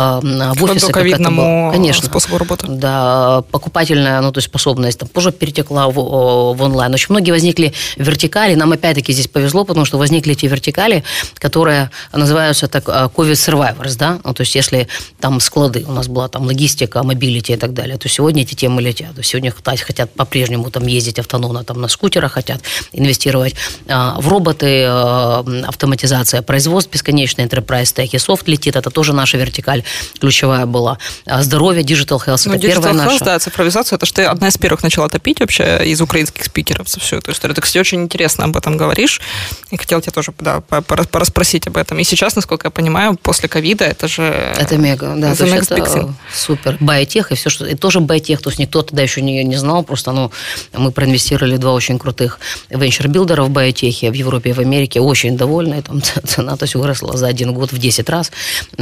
в офисы, как это было. Конечно, способу работы. Да, покупательная, ну, то есть способность там тоже перетекла в онлайн. Очень многие возникли вертикали. Нам опять-таки здесь повезло, потому что возникли эти вертикали, которые называются так COVID survivors, да, ну, то есть если там склады, у нас была там логистика, мобилити и так далее, то сегодня эти темы летят. То есть сегодня хотят по-прежнему там ездить автономно там на скутерах, хотят инвестировать в роботы, автоматизация производств, бесконечный enterprise tech и софт летит, это тоже наша вертикаль ключевая была. Здоровье, digital health, это первая наша. Digital health, да, цифровизацию, это что ты одна из первых начала топить вообще из украинских спикеров за всю эту историю. Ты, кстати, очень интересно об этом говоришь, и хотела тебя тоже, да, порасспросить об этом. И сейчас, насколько я понимаю, после ковида это же... Это мега, да, то есть это супер. Biotech и все, что... И тоже biotech, то есть никто тогда еще не знал, просто, ну, мы проинвестировали 2 очень крутых венчур-билдера в биотехе в Европе и в Америке, очень довольны, там цена, то есть выросла за 1 год в 10 раз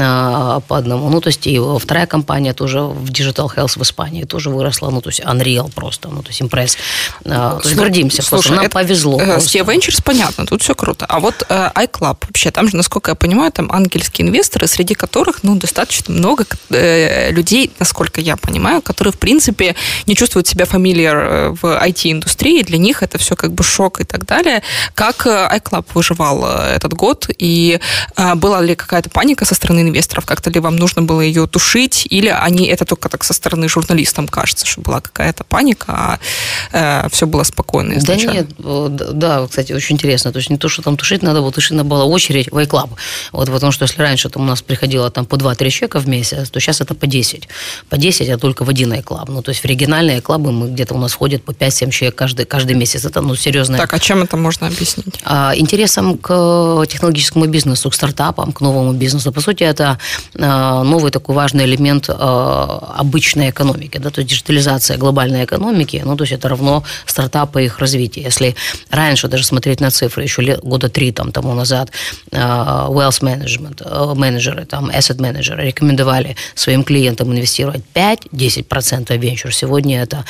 по одному. Ну, то есть и вторая компания тоже в Digital Health в Испании тоже выросла, ну, то есть Unreal просто, ну, то есть Impress. То есть гордимся, просто нам повезло. С T-Ventures понятно, тут все круто. А вот iClub вообще, там же, насколько я понимаю, там ангельские инвесторы, среди которых, ну, достаточно много людей, насколько я понимаю, которые, в принципе, не чувствуют себя фамильяр в IT-индустрии, для них это все как бы шок и так далее. Как iClub выживал этот год, и была ли какая-то паника паника со стороны инвесторов? Как-то ли вам нужно было ее тушить? Или это только так со стороны журналистам кажется, что была какая-то паника, а все было спокойно изначально? Да нет, да, кстати, очень интересно. То есть не то, что там тушить надо было, тушить надо было очередь в iClub. Вот, потому что если раньше там у нас приходило там по 2-3 чека в месяц, то сейчас это по 10. По 10, а только в один iClub. Ну, то есть в оригинальные iClub мы где-то у нас входит по 5-7 человек каждый месяц. Это, серьезно. Так, а чем это можно объяснить? Интересом к технологическому бизнесу, к стартапам, к новому бизнесу. По сути, это новый такой важный элемент обычной экономики. Да? То есть диджитализация глобальной экономики, то есть это равно стартапы и их развитие. Если раньше даже смотреть на цифры, еще года 3 тому назад, wealth management, менеджеры, asset менеджеры рекомендовали своим клиентам инвестировать 5-10% в венчур. Сегодня это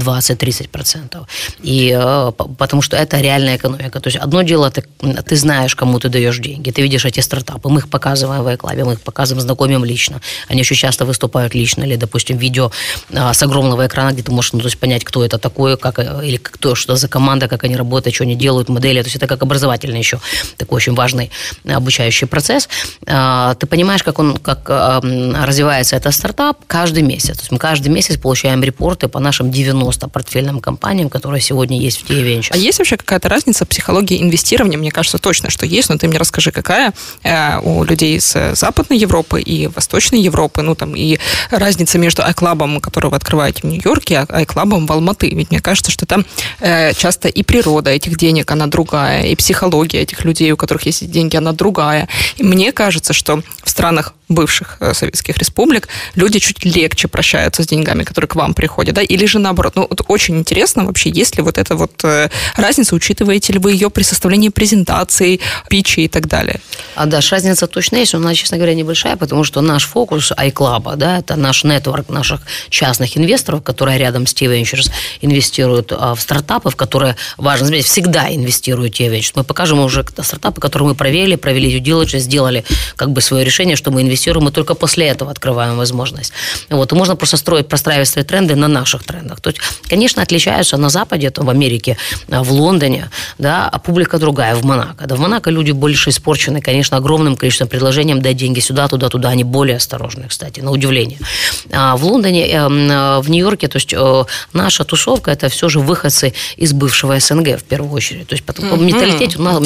20-30%. И потому что это реальная экономика. То есть одно дело, ты знаешь, кому ты даешь деньги, ты видишь эти стартапы, мы их показываем в iClub, мы их показываем, знакомим лично. Они очень часто выступают лично, или, допустим, видео с огромного экрана, где ты можешь понять, кто это такой, или что за команда, как они работают, что они делают, модели. То есть это как образовательный еще такой очень важный обучающий процесс. Ты понимаешь, как развивается этот стартап каждый месяц. То есть мы каждый месяц получаем репорты по нашим 90 портфельным компаниям, которые сегодня есть в TIA Ventures. А есть вообще какая-то разница в психологии инвестирования? Мне кажется, точно, что есть, но ты мне расскажи, какая у людей из Западной Европы и Восточной Европы, и разница между iClub, который вы открываете в Нью-Йорке, и iClub в Алматы. Ведь мне кажется, что там часто и природа этих денег, она другая, и психология этих людей, у которых есть деньги, она другая. И мне кажется, что в странах бывших советских республик люди чуть легче прощаются с деньгами, которые к вам приходят, да, или же наоборот. Очень интересно вообще, есть ли вот эта разница, учитываете ли вы ее при составлении презентаций, питчей и так далее? Да, разница точно есть, но она, честно говоря, небольшая, потому что наш фокус iClub, да, это наш нетворк наших частных инвесторов, которые рядом с TIA Ventures инвестируют в стартапы, в которые, важно заметить, всегда инвестируют TIA Ventures. Мы покажем уже стартапы, которые мы провели due diligence, сделали свое решение, что мы инвестируем, и только после этого открываем возможность. И можно просто простраивать свои тренды на наших трендах. То есть, конечно, отличаются на Западе, в Америке, в Лондоне, да, а публика другая, в Монако. Да, в Монако люди больше испорчены, конечно, огромным количеством предложений дать деньги сюда, туда, они более осторожны, кстати, на удивление. А в Лондоне, в Нью-Йорке, то есть наша тусовка, это все же выходцы из бывшего СНГ, в первую очередь. То есть, менталитет у нас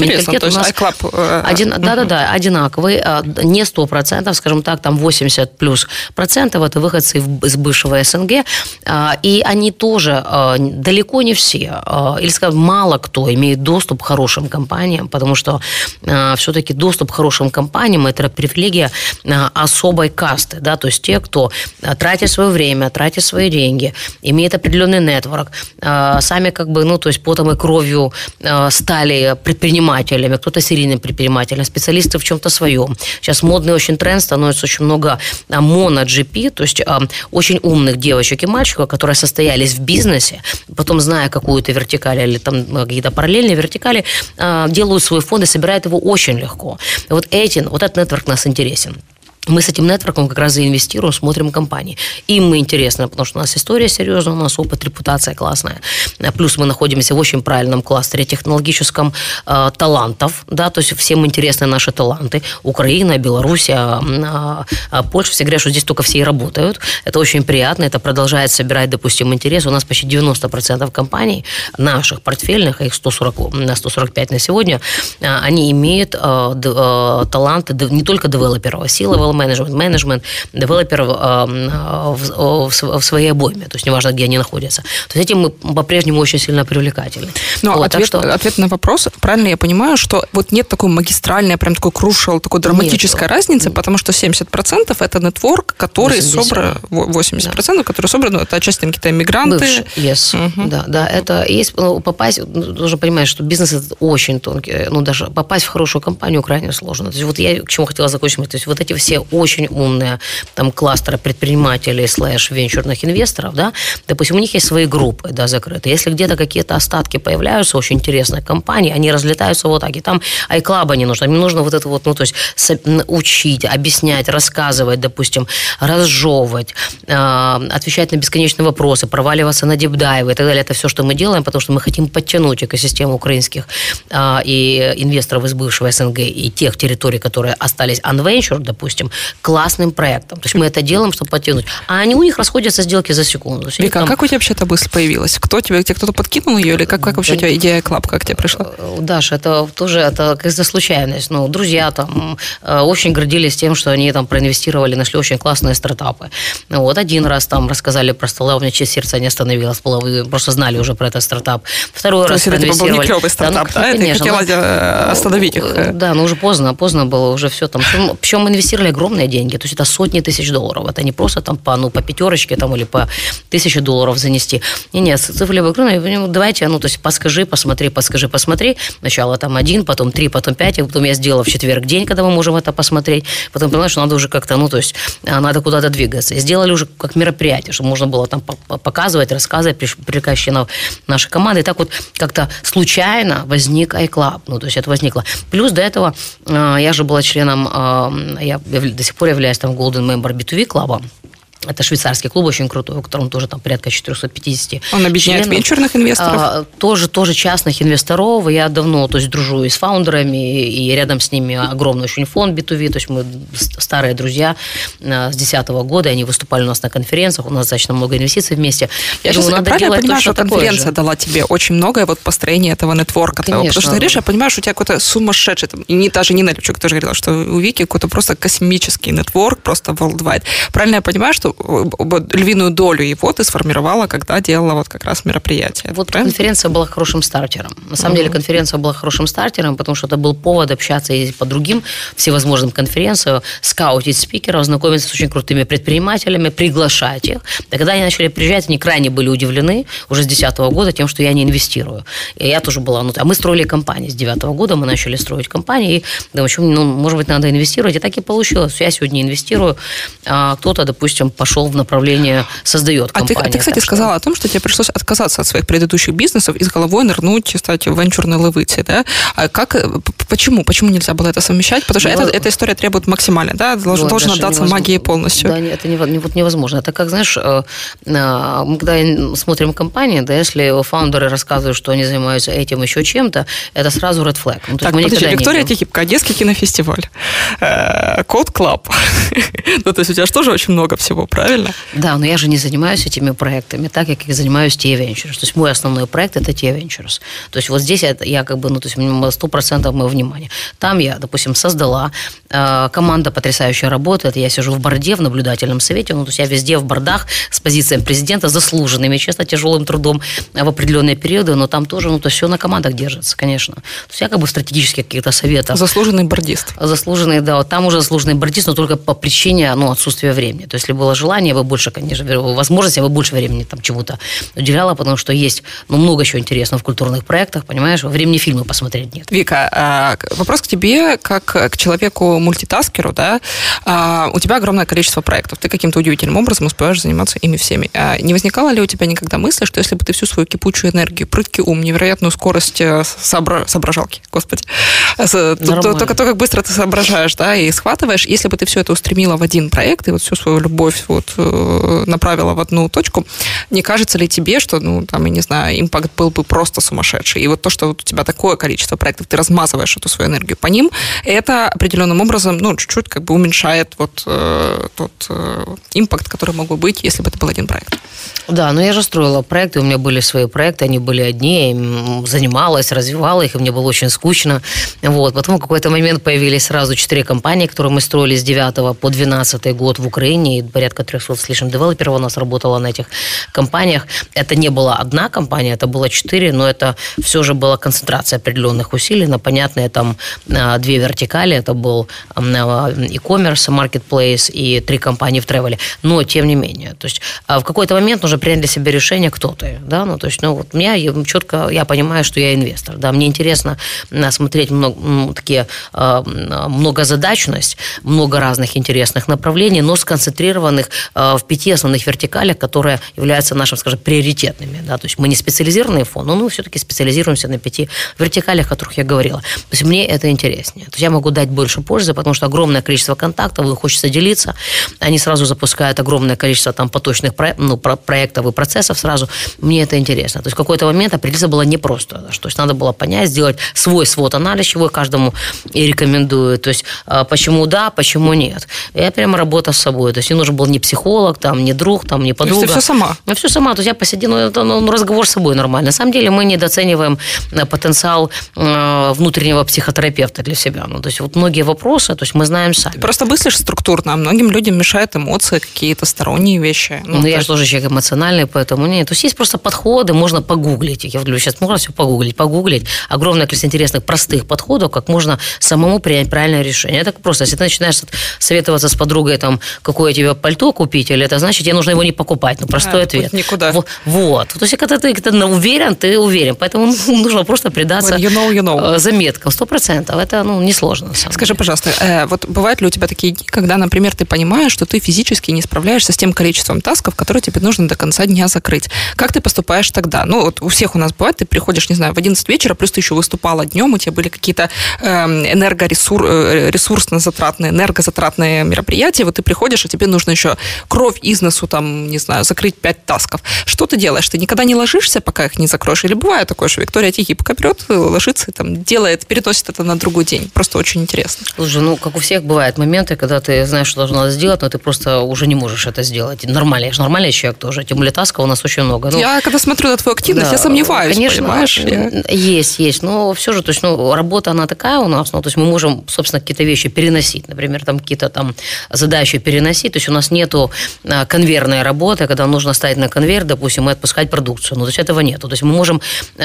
одинаковый, не 100%, скажем так, 80+% это выходцы из бывшего СНГ, и они тоже далеко не все, или, скажем, мало кто имеет доступ к хорошим компаниям, потому что все-таки доступ к хорошим компаниям – это привилегия особой касты, да, то есть те, кто тратит свое время, тратит свои деньги, имеет определенный нетворк, сами то есть потом и кровью стали предпринимателями, кто-то серийным предпринимателем, специалисты в чем-то своем. Сейчас модный очень тренд, становится очень много моно-GP, то есть очень умных девочек и мальчиков, которые состоялись в бизнесе, потом, зная какую-то вертикаль или какие-то параллельные вертикали, делают свой фонд и собирают его очень легко. И этот нетворк нас интересен. Мы с этим нетворком как раз и инвестируем, смотрим компании. Им мы интересно, потому что у нас история серьезная, у нас опыт, репутация классная. Плюс мы находимся в очень правильном кластере технологическом талантов, да, то есть всем интересны наши таланты. Украина, Белоруссия, Польша. Все говорят, что здесь только все и работают. Это очень приятно, это продолжает собирать, допустим, интерес. У нас почти 90% компаний наших портфельных, их 145 на сегодня, они имеют таланты не только девелоперов, а силового менеджмент девелоперов в своей обойме, то есть неважно, где они находятся. То есть этим мы по-прежнему очень сильно привлекательны. Но ответ на вопрос, правильно я понимаю, что нет такой магистральной, прям такой crucial, такой драматической разницы, потому что 70% это нетворк, который собран, 80%, который собран, это отчасти какие-то иммигранты. Бывшие, yes. Да, это есть, попасть, нужно понимать, что бизнес это очень тонкий, даже попасть в хорошую компанию крайне сложно. То есть я к чему хотела закончить, то есть эти все мне очень умные там кластеры предпринимателей /венчурных инвесторов, да, допустим, у них есть свои группы, да, закрытые. Если где-то какие-то остатки появляются очень интересные компании, они разлетаются вот так, и там iClub не нужно, им нужно вот это вот, ну, то есть учить, объяснять, рассказывать, допустим, разжевывать, отвечать на бесконечные вопросы, проваливаться на дипдайвы и так далее. Это все, что мы делаем, потому что мы хотим подтянуть экосистему украинских и инвесторов из бывшего СНГ и тех территорий, которые остались unventured, допустим, классным проектом. То есть мы это делаем, чтобы подтянуть. А они у них расходятся сделки за секунду. Вика, там... как у тебя вообще эта мысль появилась? Тебе кто-то подкинул ее? Или как вообще у тебя идея iClub, как тебе пришла? Даша, это тоже какая-то случайность. Ну, друзья там очень гордились тем, что они там проинвестировали, нашли очень классные стартапы. Вот один раз там рассказали про столы, у меня честь сердца не остановилось, вы просто знали уже про этот стартап. Второй раз проинвестировали. Это был не клевый стартап, да? Ты хотела остановить их. Да, но уже поздно было уже все там. Причем инвестировали огромные деньги, то есть это сотни тысяч долларов. Это не просто там по пятерочке там, или по $1000 занести. Нет, цифры огромные. Давайте, то есть подскажи, посмотри. Сначала там 1, потом 3, потом 5, и потом я сделала в четверг день, когда мы можем это посмотреть. Потом поняла, что надо уже как-то, то есть надо куда-то двигаться. И сделали уже как мероприятие, чтобы можно было там показывать, рассказывать, привлекать членов нашей команды. И так вот как-то случайно возник iClub. То есть это возникло. Плюс до этого я же была членом, я до сих пор являюсь там Golden Member B2B клуба. Это швейцарский клуб очень крутой, у которого тоже там порядка 450 Он объединяет венчурных инвесторов? Тоже частных инвесторов. Я давно, то есть, дружу и с фаундерами, и рядом с ними огромный очень фонд B2B. То есть мы старые друзья с 2010 года, они выступали у нас на конференциях, у нас достаточно много инвестиций вместе. Я думаю, сейчас правильно понимаю, что конференция дала тебе очень многое вот построение этого нетворка. Потому что, говоришь, я понимаю, что у тебя какой-то сумасшедший, и даже Нина Любчук тоже говорила, что у Вики какой-то просто космический нетворк, просто worldwide. Правильно я понимаю, что львиную долю его ты сформировала, когда делала вот как раз мероприятие. Вот правильно? Конференция была хорошим стартером. На самом деле конференция была хорошим стартером, потому что это был повод общаться и по другим всевозможным конференциям, скаутить спикеров, знакомиться с очень крутыми предпринимателями, приглашать их. И когда они начали приезжать, они крайне были удивлены уже с 2010 года тем, что я не инвестирую. И я тоже была... а мы строили компании. С 2009 года мы начали строить компании. И думаю, может быть, надо инвестировать. И так и получилось. Я сегодня инвестирую, а кто-то, допустим, пошел в направление, создает компанию. А ты, кстати, сказала о том, что тебе пришлось отказаться от своих предыдущих бизнесов и с головой нырнуть, кстати, в венчурной левыти, да? А почему? Почему нельзя было это совмещать? Потому что эта история требует максимально, да? Должен отдаться магии полностью. Да, это невозможно. Это как, знаешь, мы когда смотрим компании, да, если фаундеры рассказывают, что они занимаются этим, еще чем-то, это сразу red flag. Так, подожди, Виктория Тихипко, Одесский кинофестиваль, Code Club. То есть у тебя же тоже очень много всего, правильно? Да, но я же не занимаюсь этими проектами так, как я занимаюсь T-Ventures. То есть мой основной проект – это T-Ventures. То есть вот здесь я как бы, то есть 100% моего внимания. Там я, допустим, создала, команда потрясающая работает, я сижу в борде, в наблюдательном совете, то есть я везде в бордах с позицией президента, заслуженными, честно, тяжелым трудом в определенные периоды, но там тоже, то есть все на командах держится, конечно. То есть я как бы в стратегических каких-то советах. Заслуженный бордист. Заслуженный, да, вот там уже заслуженный бордист, но только по причине, отсутствия времени. То есть если было желание, я бы больше, конечно, возможности, я бы больше времени там чему-то уделяла, потому что есть, много еще интересного в культурных проектах, понимаешь, времени фильмы посмотреть нет. Вика, вопрос к тебе, как к человеку-мультитаскеру, да, у тебя огромное количество проектов, ты каким-то удивительным образом успеваешь заниматься ими всеми. Не возникало ли у тебя никогда мысли, что если бы ты всю свою кипучую энергию, прыткий ум, невероятную скорость соображалки, господи, то, как быстро ты соображаешь, да, и схватываешь, если бы ты все это устремила в один проект, и вот всю свою любовь направила в одну точку, не кажется ли тебе, что, я не знаю, импакт был бы просто сумасшедший? И вот то, что у тебя такое количество проектов, ты размазываешь эту свою энергию по ним, это определенным образом, чуть-чуть как бы уменьшает тот импакт, который мог бы быть, если бы это был один проект. Да, но я же строила проекты, у меня были свои проекты, они были одни, я занималась, развивала их, и мне было очень скучно. Потом в какой-то момент появились сразу 4 компании, которые мы строили с 9 по 12 год в Украине, и порядка порядка 300 с лишним девелоперов у нас работало на этих компаниях. Это не была одна компания, это было 4, но это все же была концентрация определенных усилий на понятные там 2 вертикали. Это был e-commerce, marketplace и 3 компании в тревеле. Но, тем не менее, то есть в какой-то момент нужно принять для себя решение, кто ты, да, ну, то есть, ну, вот меня четко, я понимаю, что я инвестор, да, мне интересно смотреть многозадачность, много разных интересных направлений, но сконцентрированных в 5 основных вертикалях, которые являются нашими, скажем, приоритетными, да, то есть мы не специализированный фонд, но мы все-таки специализируемся на 5 вертикалях, о которых я говорила. То есть мне это интереснее. То есть я могу дать больше пользы, потому что огромное количество контактов, им хочется делиться, они сразу запускают огромное количество там поточных проектов и процессов сразу. Мне это интересно. То есть в какой-то момент определиться было непросто. То есть надо было понять, сделать свой свод-анализ, чего я каждому и рекомендую. То есть почему да, почему нет. Я прямо работаю с собой. То есть мне нужен был не психолог, там, не друг, там, не подруга. То есть ты все сама? Я все сама. То есть я посидела, это разговор с собой нормально. На самом деле мы недооцениваем потенциал внутреннего психотерапевта для себя. Ну, то есть вот многие вопросы, то есть мы знаем сами. Ты просто мыслишь структурно, а многим людям мешают эмоции, какие-то сторонние вещи. Ну я же тоже человек эмоциональный, поэтому нет. То есть есть просто подходы, можно погуглить. Я говорю, сейчас можно все погуглить. Огромное количество интересных, простых подходов, как можно самому принять правильное решение. Это просто, если ты начинаешь советоваться с подругой, там, какое тебе пальто купить, или это значит, тебе нужно его не покупать. Ну, простой ответ. Никуда. Вот. То есть, когда ты уверен, ты уверен. Поэтому нужно просто предаться заметкам. 100%. Это, несложно. Скажи, пожалуйста, вот бывают ли у тебя такие дни, когда, например, ты понимаешь, что ты физически не справляешься с тем количеством тасков, которые тебе нужно до конца дня закрыть? Как ты поступаешь тогда? Ну, вот у всех у нас бывает, ты приходишь, не знаю, в 11 вечера, плюс ты еще выступала днем, у тебя были какие-то энергозатратные мероприятия, вот ты приходишь, а тебе нужно еще кровь из носу, там, не знаю, закрыть 5 тасков. Что ты делаешь? Ты никогда не ложишься, пока их не закроешь? Или бывает такое, что Виктория Тихий пока берет, ложится и там делает, переносит это на другой день? Просто очень интересно. Слушай, как у всех бывают моменты, когда ты знаешь, что должна сделать, но ты просто уже не можешь это сделать. Нормально, я же нормальный человек тоже, тем более тасков у нас очень много. Я когда смотрю на твою активность, я сомневаюсь, конечно, понимаешь? Есть, но все же, то есть, работа, она такая у нас, то есть мы можем, собственно, какие-то вещи переносить, например, там какие-то там задачи переносить, то есть у нас нету конвейерной работы, когда нужно ставить на конвейер, допустим, и отпускать продукцию, то есть этого нету, то есть мы можем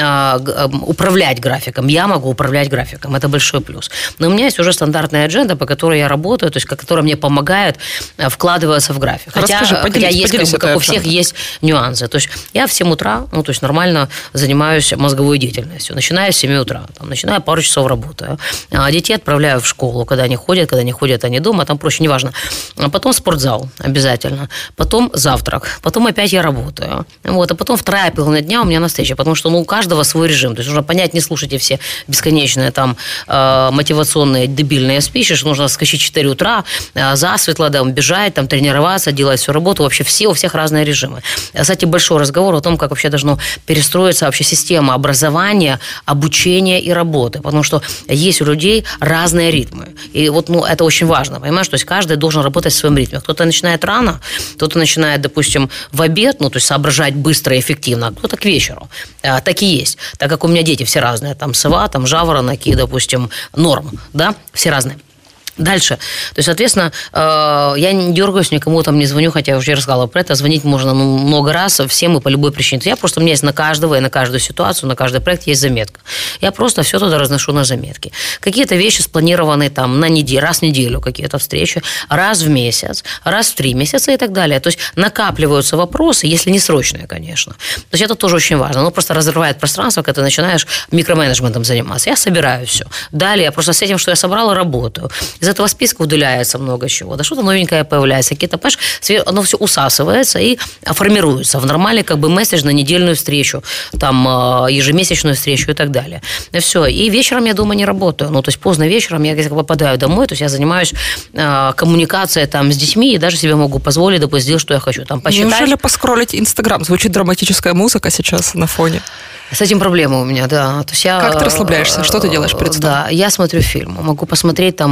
управлять графиком, я могу управлять графиком, это большой плюс. Но у меня есть уже стандартная адженда, по которой я работаю, то есть которая мне помогает вкладываться в график. Хотя есть, как у всех, есть нюансы. То есть я в 7 утра, то есть нормально занимаюсь мозговой деятельностью. Начинаю с 7 утра, начинаю пару часов работаю. Детей отправляю в школу, когда они ходят, они дома, там проще, неважно. Потом спортзал обязательно. Потом завтрак. Потом опять я работаю. А потом вторая половина дня у меня на встрече, потому что у каждого свой режим. То есть нужно понять, не слушайте все бесконечные там мотивационные дебильные спичи, что нужно скачать в 4 утра, засветло, бежать, там, тренироваться, делать всю работу. Вообще у всех разные режимы. Кстати, большой разговор о том, как вообще должно перестроиться вообще система образования, обучения и работы. Потому что есть у людей разные ритмы. И это очень важно, понимаешь? То есть каждый должен работать в своем ритме. Кто-то начинает рано, кто-то начинает, допустим, в обед, то есть соображать быстро и эффективно, а кто-то к вечеру. Так и есть. Так как у меня дети все разные. Там сова, там жаворонок и, допустим, норм. Да? Все разные. Дальше. То есть, соответственно, я не дергаюсь, никому там не звоню, хотя я уже рассказала про это. Звонить можно много раз, всем и по любой причине. У меня есть на каждого и на каждую ситуацию, на каждый проект есть заметка. Я просто все туда разношу на заметки. Какие-то вещи спланированы там на неделю, раз в неделю, какие-то встречи, раз в месяц, раз в 3 месяца и так далее. То есть накапливаются вопросы, если не срочные, конечно. То есть это тоже очень важно. Оно просто разрывает пространство, когда ты начинаешь микроменеджментом заниматься. Я собираю все. Далее я просто с этим, что я собрала, работаю. Из этого списка удаляется много чего. Да что-то новенькое появляется. Какие-то, понимаешь, оно все усасывается и формируется в нормальный месседж на недельную встречу, там, ежемесячную встречу и так далее. И все. И вечером я дома не работаю. То есть поздно вечером я попадаю домой, то есть я занимаюсь коммуникацией там с детьми и даже себе могу позволить, допустим, сделать, что я хочу. Там, посчитать. Неужели поскроллить Инстаграм? Звучит драматическая музыка сейчас на фоне. С этим проблема у меня, да. То есть как ты расслабляешься? Что ты делаешь перед сном? Да, я смотрю фильм. Могу посмотреть там какой-то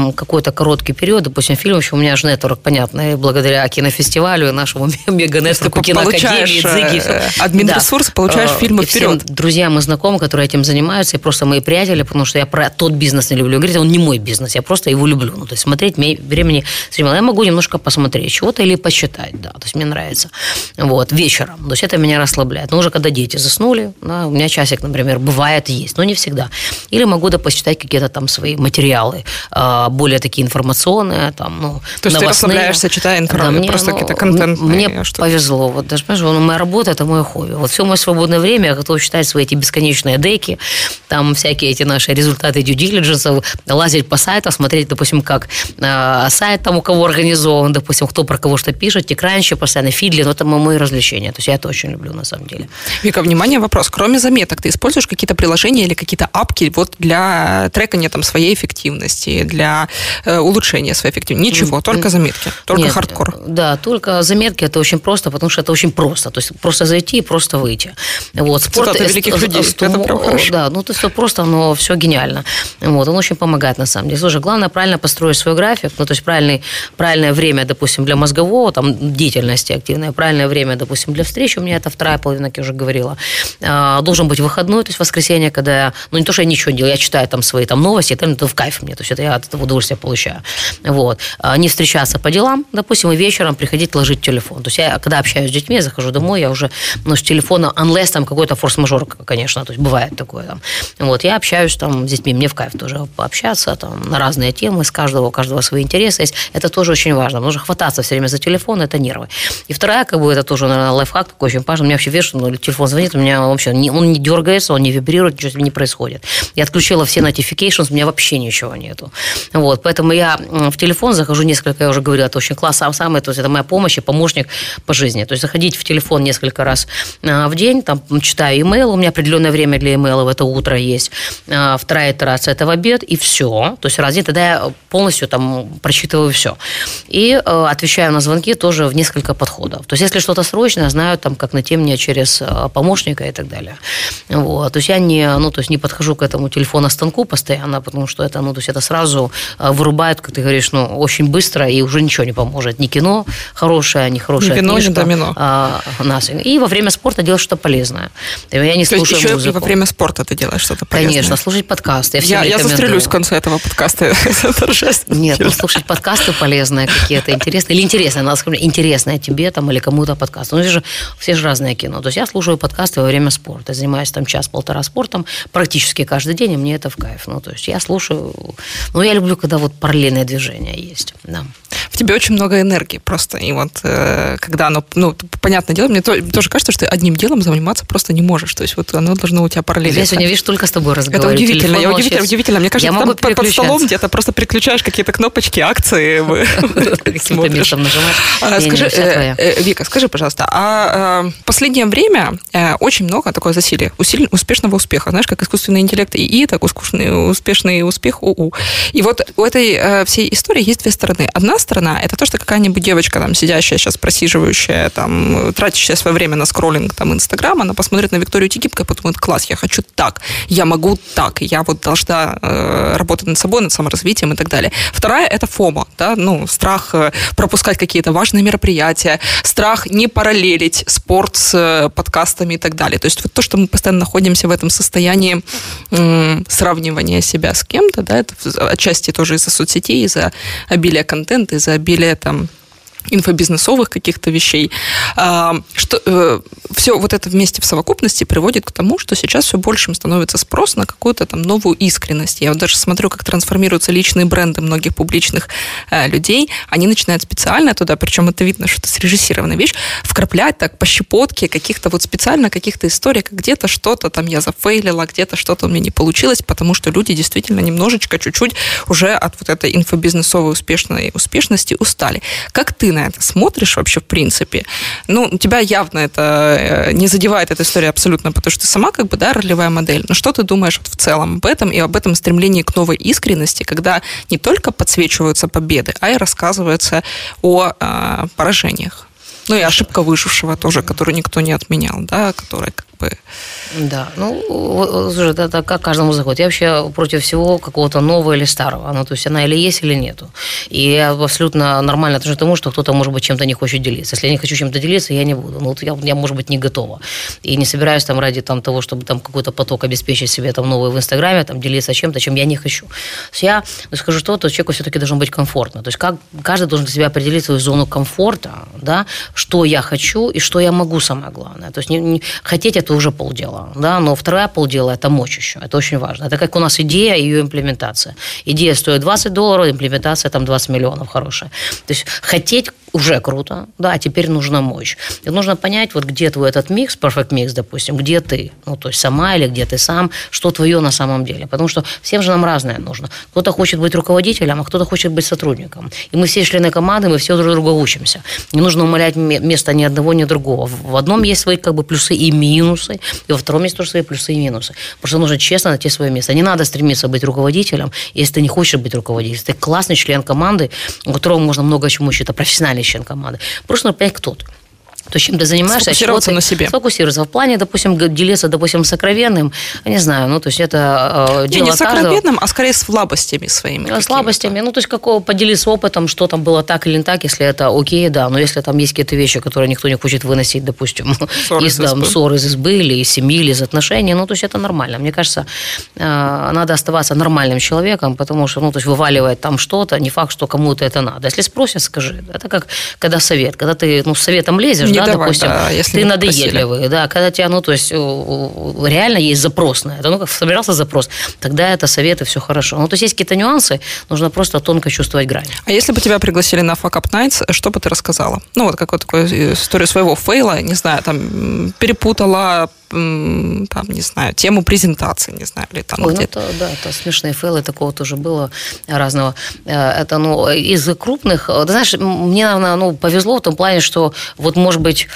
какой-то короткий период, допустим, фильм, еще у меня же нетворк, понятно, и благодаря кинофестивалю и нашему мега-нетворку, киноакадемии, ДЗИГи. Админресурс, получаешь фильмы и вперед. Всем друзьям и знакомым, которые этим занимаются, и просто мои приятели, потому что я про тот бизнес не люблю. Говорит, он не мой бизнес, я просто его люблю. Ну, то есть смотреть времени... Я могу немножко посмотреть чего-то или почитать, да, то есть мне нравится. Вот, вечером. То есть это меня расслабляет. Но уже когда дети заснули, да, у меня часик, например, бывает есть, но не всегда. Или могу, да, почитать какие-то там свои материалы, более такие информационные, там, ну, то есть новостные. ты расслабляешься, читая информацию, да, просто какие-то контентные мне штуки. Повезло. Вот даже, понимаешь, моя работа – это мое хобби. Вот все мое свободное время я готов читать свои эти бесконечные деки, там всякие эти наши результаты due diligence, лазить по сайтам, смотреть, допустим, как сайт там у кого организован, допустим, кто про кого что пишет, тикранщик, постоянно фидли, но это мои развлечения. То есть я это очень люблю, на самом деле. Вика, внимание, вопрос. Кроме заметок, ты используешь какие-то приложения или какие-то апки вот для трекания там своей эффективности, для улучшения своей эффективности? Ничего, только заметки, только Нет, хардкор. Да, только заметки, это очень просто, потому что это очень просто. То есть просто зайти и просто выйти. Вот. Спорт, цитата великих людей, это прям хорошо. Да, ну то есть просто, но все гениально. Вот, он очень помогает, на самом деле. Слушай, главное правильно построить свой график, ну то есть правильное время, допустим, для мозгового, там, деятельности активной, правильное время, допустим, для встречи, у меня это вторая половина, как я уже говорила. Должен быть выходной, то есть воскресенье, когда я, ну не то, что я ничего не делаю, я читаю там свои там новости, это в кайф мне, то есть это я от этого удовольствия получаю. Вот. Не встречаться по делам, допустим, и вечером приходить ложить телефон. То есть я, когда общаюсь с детьми, я захожу домой, я уже, ну, с телефона, unless там какой-то форс-мажор, конечно, то есть бывает такое там. Вот, я общаюсь там с детьми, мне в кайф тоже пообщаться там на разные темы, у каждого свои интересы есть. Это тоже очень важно, потому что хвататься все время за телефон – это нервы. И вторая, как бы, это тоже, наверное, лайфхак такой очень важный. У меня вообще видишь, телефон звонит, у меня вообще он не дергается, он не вибрирует, ничего не происходит. Я отключила все notifications, у меня вообще ничего нету. Вот, поэтому я в телефон захожу несколько, я уже говорила, это очень класс, самый, то есть это моя помощь и помощник по жизни. То есть заходить в телефон несколько раз в день, там читаю имейл, у меня определенное время для имейлов, это утро есть. Вторая итерация – это в обед, и все. То есть раз в день, тогда я полностью там прочитываю все. И отвечаю на звонки тоже в несколько подходов. То есть если что-то срочное, знаю, там, как найти мне через помощника и так далее. Вот. То есть я не подхожу к этому телефоностанку постоянно, потому что это, то есть это сразу вырубает, как ты говоришь, очень быстро, и уже ничего не поможет. Ни кино хорошее, ни хорошая книжка. Ни домино. И во время спорта делать что-то полезное. Я не слушаю еще музыку. И во время спорта ты делаешь что-то полезное. Конечно, слушать подкасты. Я застрелюсь в конце этого подкаста. Нет, слушать подкасты полезные какие-то, интересные. Или интересные, надо сказать, интересное тебе там, или кому-то подкаст. Все же разное кино. То есть я слушаю подкасты во время спорта. Я занимаюсь там час-полтора спортом практически каждый день, и мне это в кайф. То есть я слушаю. Я люблю, когда вот параллельное движение есть. Да. В тебе очень много энергии просто. И вот когда оно, понятное дело, мне тоже кажется, что ты одним делом заниматься просто не можешь. То есть вот оно должно у тебя параллельно. Я сегодня, видишь, только с тобой разговариваю. Это удивительно. Удивительно. Мне кажется, там под столом где-то просто переключаешь какие-то кнопочки, акции. Каким-то местом нажимаешь. Вика, скажи, пожалуйста, в последнее время очень много такое засилие успешного успеха. Знаешь, как искусственный интеллект ИИ, так успешный успех УУ. И вот у этой всей истории есть две стороны. Одна сторона – это то, что какая-нибудь девочка, там, сидящая сейчас, просиживающая, там, тратящая свое время на скроллинг там, Инстаграма, она посмотрит на Викторию Тигибко и подумает: класс, я хочу так, я могу так, я вот должна работать над собой, над саморазвитием и так далее. Вторая – это фомо, да, страх пропускать какие-то важные мероприятия, страх не параллелить спорт с подкастами и так далее. То есть вот то, что мы постоянно находимся в этом состоянии сравнивания себя с кем-то, да, это отчасти тоже из-за соцсетей, из-за обилия контента, из-за обилия там инфобизнесовых каких-то вещей, что все вот это вместе в совокупности приводит к тому, что сейчас все большим становится спрос на какую-то там новую искренность. Я вот даже смотрю, как трансформируются личные бренды многих публичных людей. Они начинают специально туда, причем это видно, что это срежиссированная вещь, вкраплять так по щепотке каких-то вот специально каких-то историй, как где-то что-то там я зафейлила, где-то что-то у меня не получилось, потому что люди действительно немножечко, чуть-чуть уже от вот этой инфобизнесовой успешности устали. Как ты на это смотришь вообще в принципе? Тебя явно это не задевает эта история абсолютно, потому что ты сама как бы, да, ролевая модель. Но что ты думаешь вот в целом об этом и об этом стремлении к новой искренности, когда не только подсвечиваются победы, а и рассказывается о поражениях? И ошибка выжившего тоже, которую никто не отменял, да, которая бы... Да, это как каждому заходит. Я вообще против всего какого-то нового или старого. Ну, то есть она или есть, или нету. И я абсолютно нормально отношусь к тому, что кто-то, может быть, чем-то не хочет делиться. Если я не хочу чем-то делиться, я не буду. Ну, вот я, может быть, не готова. И не собираюсь там ради того, чтобы там какой-то поток обеспечить себе там новый в Инстаграме, там делиться чем-то, чем я не хочу. То есть я скажу, что человеку все-таки должно быть комфортно. То есть каждый должен для себя определить свою зону комфорта, да, что я хочу и что я могу, самое главное. То есть не хотеть это уже полдела. Да, но вторая полдела – это мочь еще. Это очень важно. Это как у нас идея и ее имплементация. Идея стоит $20, имплементация там 20 миллионов хорошая. То есть хотеть уже круто, да, а теперь нужно мочь. И нужно понять, вот где твой этот микс, perfect mix, допустим, где ты, ну, то есть сама или где ты сам, что твое на самом деле. Потому что всем же нам разное нужно. Кто-то хочет быть руководителем, а кто-то хочет быть сотрудником. И мы все члены команды, мы все друг друга учимся. Не нужно умалять место ни одного, ни другого. В одном есть свои как бы плюсы и минусы, и во втором есть тоже свои плюсы и минусы. Просто нужно честно найти свое место. Не надо стремиться быть руководителем, если ты не хочешь быть руководителем. Если ты классный член команды, у которого можно много чему учить, это профессиональный член команды. Просто надо понять, кто ты. То, чем ты занимаешься, сфокусироваться на себе. Сфокусироваться. В плане, допустим, делиться, допустим, сокровенным, не знаю, ну, то есть это дело не сокровенным, каждого. А скорее с слабостями своими. Слабостями, ну, то есть поделиться опытом, что там было так или не так, если это окей, да, но если там есть какие-то вещи, которые никто не хочет выносить, допустим, ссоры из избы или из семьи, или из отношений, ну, то есть это нормально. Мне кажется, надо оставаться нормальным человеком, потому что, ну, то есть вываливать там что-то, не факт, что кому-то это надо. Если спросят, скажи. Это как когда совет. Когда ты, ну, с советом лезешь, да, давай, допустим, да, если ты надоедливый, да, когда тебя, ну, то есть реально есть запрос на это, ну, как собирался запрос, тогда это совет, и все хорошо. Ну, то есть есть какие-то нюансы, нужно просто тонко чувствовать грань. А если бы тебя пригласили на Fuck Up Nights, что бы ты рассказала? Ну, вот какую-то такую историю своего фейла, не знаю, там, перепутала, там, не знаю, тему презентации, не знаю, или там где-то. Ну, это смешные фейлы, такого тоже было разного. Это, ну, из крупных, ты знаешь, мне, наверное, ну, повезло в том плане, что вот, может быть,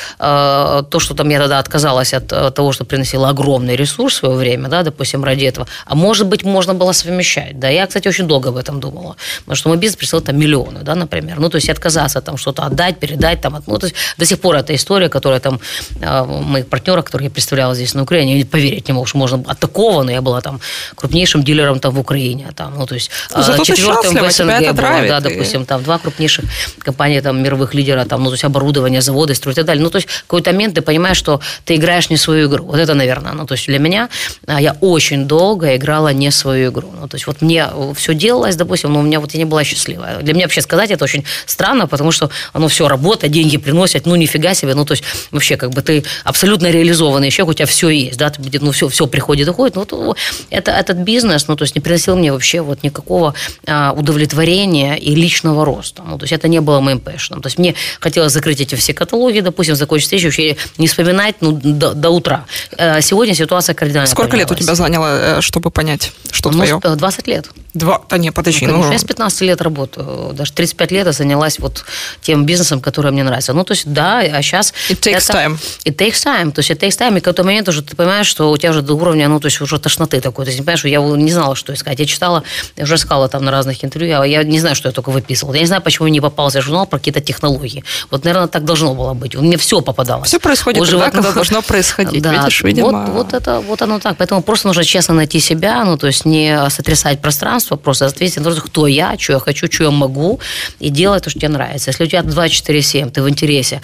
то, что там я тогда отказалась от того, что приносило огромный ресурс в свое время, да, допустим, ради этого, а может быть, можно было совмещать, да, я, кстати, очень долго об этом думала, потому что мой бизнес приносил там миллионы, да, например, ну, то есть отказаться там что-то отдать, передать, там, ну, то есть до сих пор эта история, которая там, моих партнеров, которых я представляла здесь на Украине, они поверить не могут, что можно от такого, но я была там крупнейшим дилером там в Украине, там, ну, то есть четвертым в СНГ была, да, допустим, там 2 крупнейших компании, там, мировых лидера, там, ну, то есть оборудование, заводы строить и так далее. Ну, то есть в какой-то момент ты понимаешь, что ты играешь не свою игру. Вот это, наверное, ну, то есть для меня я очень долго играла не свою игру. Ну, то есть вот мне все делалось, допустим, но у меня вот я не была счастлива. Для меня вообще сказать это очень странно, потому что оно все работает, деньги приносят, ну, нифига себе, ну, то есть вообще как бы ты абсолютно реализованный человек, у тебя все есть, да, ну, все приходит и ходит. Ну, этот бизнес, ну, то есть не приносил мне вообще вот никакого удовлетворения и личного роста. Ну, то есть это не было моим пэшном. То есть мне хотелось закрыть эти все каталоги, допустим, закончить встречу, вообще не вспоминать, ну, до утра. Сегодня ситуация кардинально Сколько лет у тебя заняло, чтобы понять, что твое? 20 лет. Подожди. Я с 15 лет работаю. Даже 35 лет я занялась вот тем бизнесом, который мне нравится. Ну, то есть, да, а сейчас... It takes time. It takes time. То есть, it takes time. И в какой-то момент уже ты понимаешь, что у тебя уже до уровня, ну, то есть, уже тошноты такой. То есть, понимаешь, я не знала, что искать. Я читала, я уже искала там на разных интервью, я не знаю, что я только выписывала. Я не знаю, почему не попался журнал про какие-то технологии. Вот, наверное, так должно было быть. У меня все попадалось. Все происходит тогда, когда должно происходить. Да, видишь, видимо... вот оно так. Поэтому просто нужно честно найти себя, ну, то есть не сотрясать пространство, просто ответить на то, кто я, что я хочу, что я могу, и делать то, что тебе нравится. Если у тебя 24/7, ты в интересе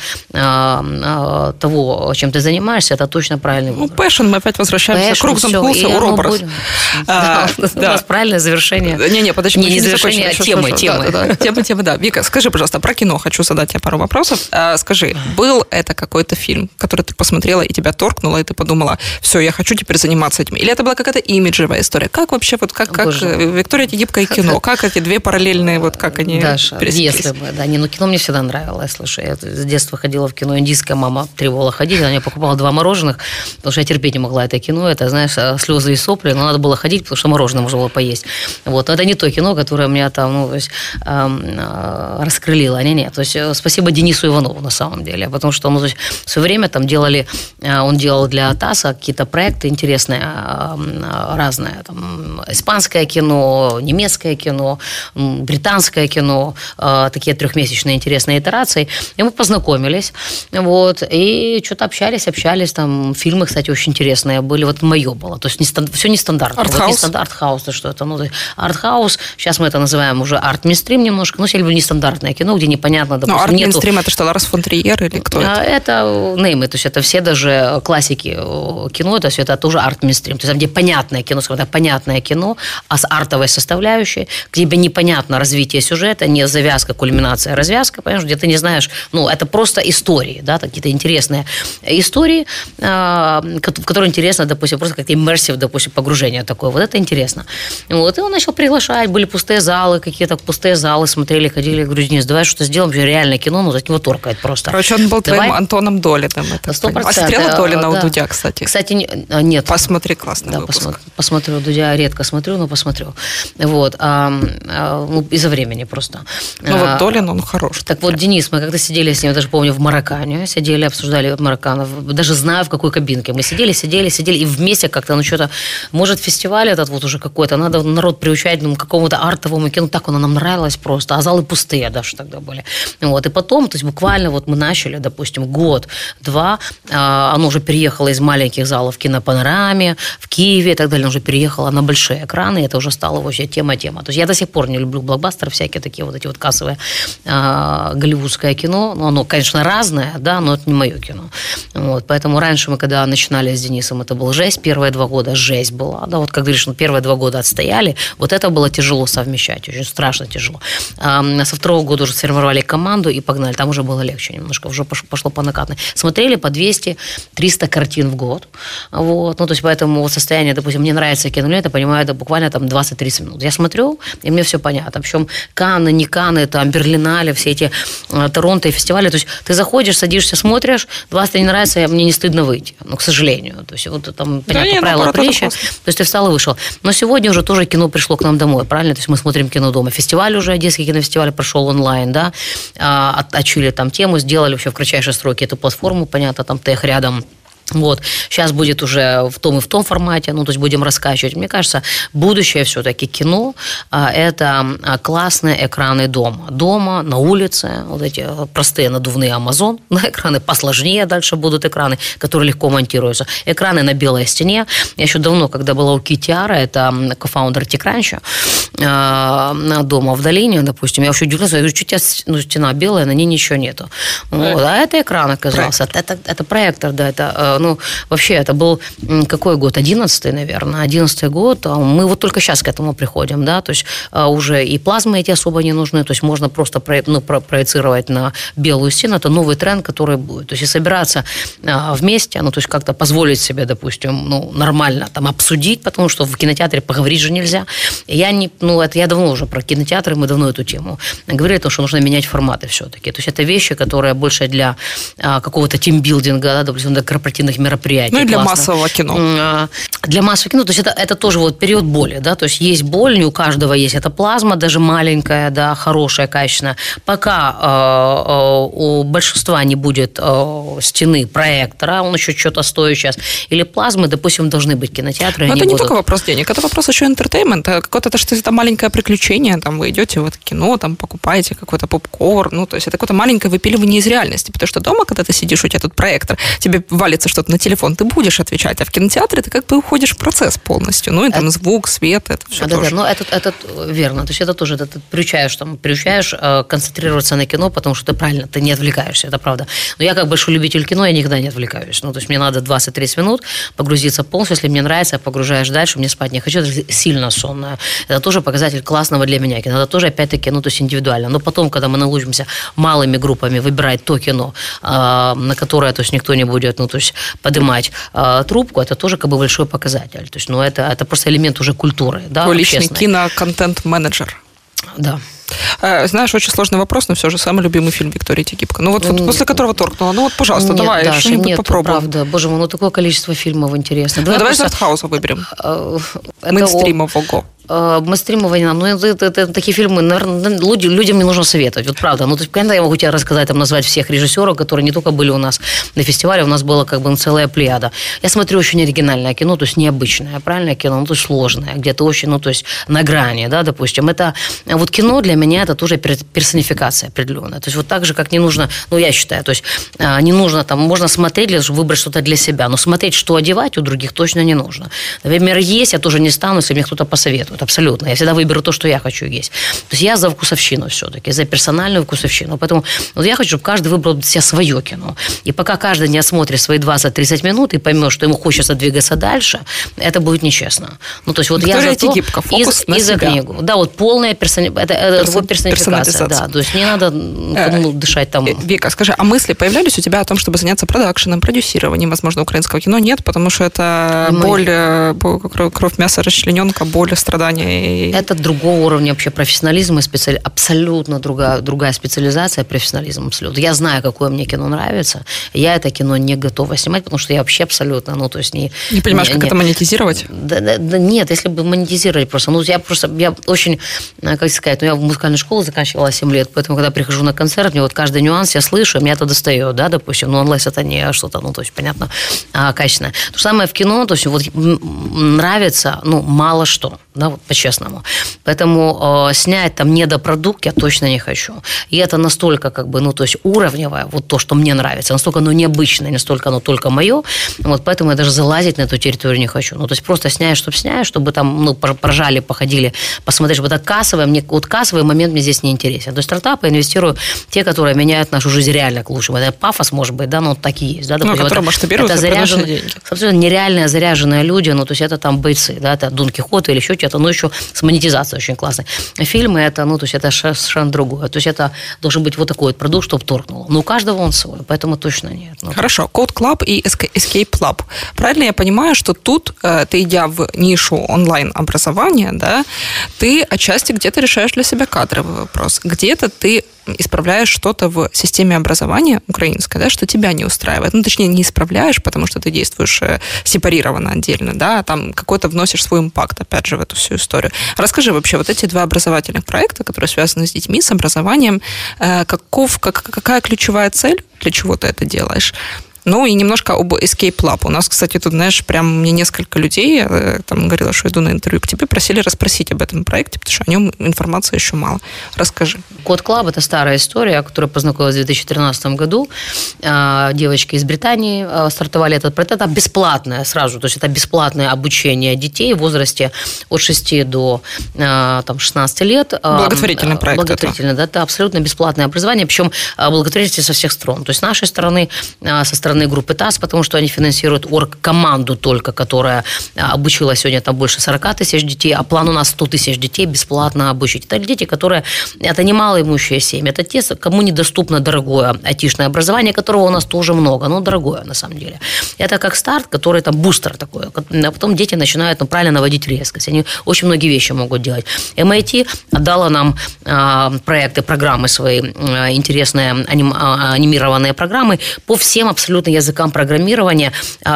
того, чем ты занимаешься, это точно правильный выбор. Ну, пэшн, мы опять возвращаемся, круг замкнулся, уроброс. У нас правильное завершение. Не, подожди, не завершение, а темы, да. Вика, скажи, пожалуйста, про кино хочу задать тебе пару вопросов. Скажи, был это какой-то фильм, который ты посмотрела и тебя торкнуло, и ты подумала, все, я хочу теперь заниматься этим? Или это была какая-то имиджевая история? Как вообще, вот как Виктория Тегибко и кино? Как эти две параллельные, вот как они пересеклись? Если бы, да, кино мне всегда нравилось, слушай, я с детства ходила в кино, индийская мама требовала ходить, она мне покупала 2 мороженых, потому что я терпеть не могла это кино, это, знаешь, слезы и сопли, но надо было ходить, потому что мороженое можно было поесть. Вот, но это не то кино, которое меня там, ну, то есть, раскрылило, нет. То есть, спасибо Денису Иванову, на самом деле, потому что, ну, то есть, в свое время там он делал для ТАССа какие-то проекты интересные, разные, там, испанское кино, кино, немецкое кино, британское кино, такие 3-месячные интересные итерации. И мы познакомились, вот, и что-то общались, там фильмы, кстати, очень интересные были, вот мое было, то есть все нестандартно. Артхаус? Вот не стандарт, артхаус, то что это, артхаус, сейчас мы это называем уже арт-мейнстрим немножко, но все нестандартное кино, где непонятно, допустим, арт-мейнстрим это что, Ларс фон Триер или кто это? Это неймы, то есть это все даже классики кино, то есть это тоже арт-мейнстрим, то есть там, где понятное кино, скажем так, понятное кино, а с артовой составляющей, где непонятно развитие сюжета, не завязка, кульминация, развязка, понимаешь, где ты не знаешь, это просто истории, да, какие-то интересные истории, в которые интересно, допустим, просто как иммерсив, допустим, погружение такое, вот это интересно. Вот, и он начал приглашать, были пустые залы, какие-то пустые залы, смотрели, ходили, я говорю, Денис, давай что-то сделаем, реальное кино, от него торкает просто. Короче, он был твоим Антоном Долиным. 100%. А смотрела Долина у Дудя, кстати? Кстати, нет. Посмотри, классный выпуск. Посмотрю, Дудя редко смотрю, но посмотрю. Вот. Из-за времени просто. Вот Долин, он хороший. Так вот, Денис, мы когда сидели с ним, я даже помню, в Мароккане, сидели, обсуждали марокканов, даже знаю, в какой кабинке. Мы сидели, и вместе как-то, что-то, может, фестиваль этот вот уже какой-то, надо народ приучать к какому-то артовому кино, так оно нам нравилось просто, а залы пустые даже тогда были. Вот. И потом, то есть буквально вот мы начали, допустим, год-два, оно уже переехало из маленьких залов в Кинопанораме, в Киеве и так далее, оно уже переехало на большие экраны, и это уже стало вообще тема. То есть я до сих пор не люблю блокбастеры, всякие такие вот эти вот кассовые голливудское кино, оно, конечно, разное, да, но это не мое кино. Вот. Поэтому раньше мы, когда начинали с Денисом, это был жесть, первые 2 года жесть была, да, вот как говоришь, первые 2 года отстояли, вот это было тяжело совмещать, очень страшно тяжело. Со 2-го года уже сформировали команду и погнали, там уже было легче немножко, уже пошло по накатной. Смотрели по 200-300 картин в год, вот, то есть поэтому вот состояние, допустим, мне нравится кино, это понимаю, это буквально там 20-30 минут. Я смотрю, и мне все понятно, причем Канны, не Канны, там, Берлинале, все эти Торонто и фестивали, то есть ты заходишь, садишься, смотришь, 20 не нравится, мне не стыдно выйти, к сожалению, то есть вот там, понятно, правила приличия, то есть ты встал и вышел. Но сегодня уже тоже кино пришло к нам домой, правильно, то есть мы смотрим кино дома. Фестиваль уже, Одесский кинофестиваль прошел онлайн, да, отточили там тему, сделали вообще в кратчайшие сроки эту платформу, понятно, там тех рядом. Вот. Сейчас будет уже в том и в том формате, то есть будем раскачивать. Мне кажется, будущее все-таки кино – это классные экраны дома. Дома, на улице, вот эти простые надувные Amazon, экраны посложнее дальше будут экраны, которые легко монтируются. Экраны на белой стене. Я еще давно, когда была у Китиара, это кофаундер Тикранча, дома в долине, допустим, я вообще удивилась, я говорю, что у тебя стена белая, на ней ничего нету. Вот. А это экран оказался. Это проектор, да, это вообще, это был какой год? 11-й, наверное. 11-й год. Мы вот только сейчас к этому приходим, да, то есть уже и плазмы эти особо не нужны, то есть можно просто проецировать на белую стену. Это новый тренд, который будет. То есть и собираться вместе, то есть как-то позволить себе, допустим, нормально там обсудить, потому что в кинотеатре поговорить же нельзя. Я давно уже про кинотеатры, мы давно эту тему говорили, что нужно менять форматы все-таки. То есть это вещи, которые больше для какого-то тимбилдинга, да, допустим, для корпоративных мероприятий. И для массового кино. Для массового кино, то есть это тоже вот период боли, да, то есть есть боль, не у каждого есть эта плазма, даже маленькая, да, хорошая, качественная. Пока у большинства не будет стены проектора, он еще что-то стоит сейчас, или плазмы, допустим, должны быть кинотеатры. Но это не только вопрос денег, это вопрос еще интертеймента. Какое-то, что это маленькое приключение, там вы идете в это кино, там покупаете какой-то попкорн, то есть это какое-то маленькое выпиливание из реальности, потому что дома, когда ты сидишь, у тебя тут проектор, тебе валится что-то на телефон, ты будешь отвечать, а в кинотеатре ты как бы уходишь в процесс полностью, и там звук, свет, это все тоже. Да, это верно, то есть это тоже, ты приучаешь концентрироваться на кино, потому что ты не отвлекаешься, это правда. Но я как большой любитель кино, я никогда не отвлекаюсь, то есть мне надо 20-30 минут погрузиться полностью, если мне нравится, погружаешь дальше, мне спать не хочу, это сильно сонная. Это тоже показатель классного для меня кино, это тоже опять-таки, то есть индивидуально. Но потом, когда мы научимся малыми группами выбирать то кино, на которое, то есть никто не будет, то есть поднимать трубку, это тоже как бы большой показатель. То есть, это просто элемент уже культуры. Да, твой личный киноконтент-менеджер. Да. Знаешь, очень сложный вопрос, но все же самый любимый фильм Виктории Тегибко. Вот после которого торкнула. Пожалуйста, нет, давай Даша, что-нибудь попробуем. Правда, боже мой, такое количество фильмов интересно. Давай из артхауса выберем. Мейнстримового. Мы стримование нам, это такие фильмы, наверное, людям не нужно советовать, вот правда. Ну, то есть, конечно, я могу тебе рассказать, там, назвать всех режиссеров, которые не только были у нас на фестивале, у нас была как бы целая плеяда. Я смотрю очень оригинальное кино, то есть необычное, правильное кино, ну, то есть сложное, где-то очень, ну, то есть на грани, да, допустим. Это, вот кино для меня это тоже персонификация определенная. То есть вот так же, как не нужно, ну, я считаю, то есть не нужно там, можно смотреть, чтобы выбрать что-то для себя, но смотреть, что одевать у других точно не нужно. Например, есть я тоже не стану, если мне кто-то посоветует. Абсолютно. Я всегда выберу то, что я хочу есть. То есть я за вкусовщину все-таки, за персональную вкусовщину. Поэтому вот я хочу, чтобы каждый выбрал для себя свое кино. И пока каждый не осмотрит свои 20-30 минут и поймет, что ему хочется двигаться дальше, это будет нечестно. Ну, то есть вот я за то... гибко, фокус на и за книгу. Да, вот полная персонификация. Да, то есть не надо дышать там. Вика, скажи, а мысли появлялись у тебя о том, чтобы заняться продакшеном, продюсированием, возможно, украинского кино? Нет, потому что это боль, кровь, мясо, расчлененка, боль, страдания. Это другого уровня вообще профессионализма, абсолютно другая специализация, профессионализм абсолютно. Я знаю, какое мне кино нравится, я это кино не готова снимать, потому что я вообще абсолютно, ну, то есть не понимаешь, как это монетизировать? Да, нет, если бы монетизировать просто, ну, я очень, как сказать, я в музыкальную школу заканчивала 7 лет, поэтому, когда прихожу на концерт, мне вот каждый нюанс я слышу, меня это достает, да, допустим, но онлайн это не что-то, ну, то есть, понятно, качественное. То же самое в кино, то есть, вот нравится, ну, мало что, да, вот по-честному. Поэтому снять там недопродукт я точно не хочу. И это настолько, как бы, ну, то есть, уровневое, вот то, что мне нравится, настолько оно необычное, настолько оно только мое, вот поэтому я даже залазить на эту территорию не хочу. Ну, то есть, просто снять, чтобы там, ну, прожали, походили, посмотреть, чтобы это кассовое, вот кассовый момент мне здесь не интересен. То есть, стартапы инвестирую те, которые меняют нашу жизнь реально к лучшему. Это пафос, может быть, да, но так и есть. Да, допустим, которые масштабируются, заряженные деньги. Абсолютно нереальные заряженные люди, ну, то есть, это там бойцы, да, это Дон Кихот или еще что-то, но еще с монетизацией очень классной. Фильмы это, ну, то есть, это совершенно другое. То есть, это должен быть вот такой вот продукт, чтобы торкнуло. Но у каждого он свой, поэтому точно нет. Ну, хорошо. Code Club и Escape Lab. Правильно я понимаю, что тут ты, идя в нишу онлайн-образования, да, ты отчасти где-то решаешь для себя кадровый вопрос. Где-то ты исправляешь что-то в системе образования украинской, да, что тебя не устраивает. Ну, точнее, не исправляешь, потому что ты действуешь сепарированно отдельно, да, там какой-то вносишь свой импакт, опять же, в эту всю историю. Расскажи вообще, вот эти 2 образовательных проекта, которые связаны с детьми, с образованием, какая ключевая цель, для чего ты это делаешь? Ну, и немножко об Escape Lab. У нас, кстати, тут, знаешь, прям мне несколько людей, я там говорила, что иду на интервью к тебе, просили расспросить об этом проекте, потому что о нем информации еще мало. Расскажи. Code Club – это старая история, которая познакомилась в 2013 году. Девочки из Британии стартовали этот проект. Это бесплатное сразу, то есть это бесплатное обучение детей в возрасте от 6 до там, 16 лет. Благотворительный проект. Благотворительный, да, это абсолютно бесплатное образование, причем благотворительность со всех сторон. То есть с нашей стороны, со стороны группы ТАСС, потому что они финансируют оргкоманду только, которая обучила сегодня там больше 40 тысяч детей, а план у нас 100 тысяч детей бесплатно обучить. Это дети, которые, это не малоимущие семьи, это те, кому недоступно дорогое айтишное образование, которого у нас тоже много, но дорогое на самом деле. Это как старт, который там бустер такой, а потом дети начинают правильно наводить резкость. Они очень многие вещи могут делать. MIT отдала нам проекты, программы свои, интересные анимированные программы по всем абсолютно языкам программирования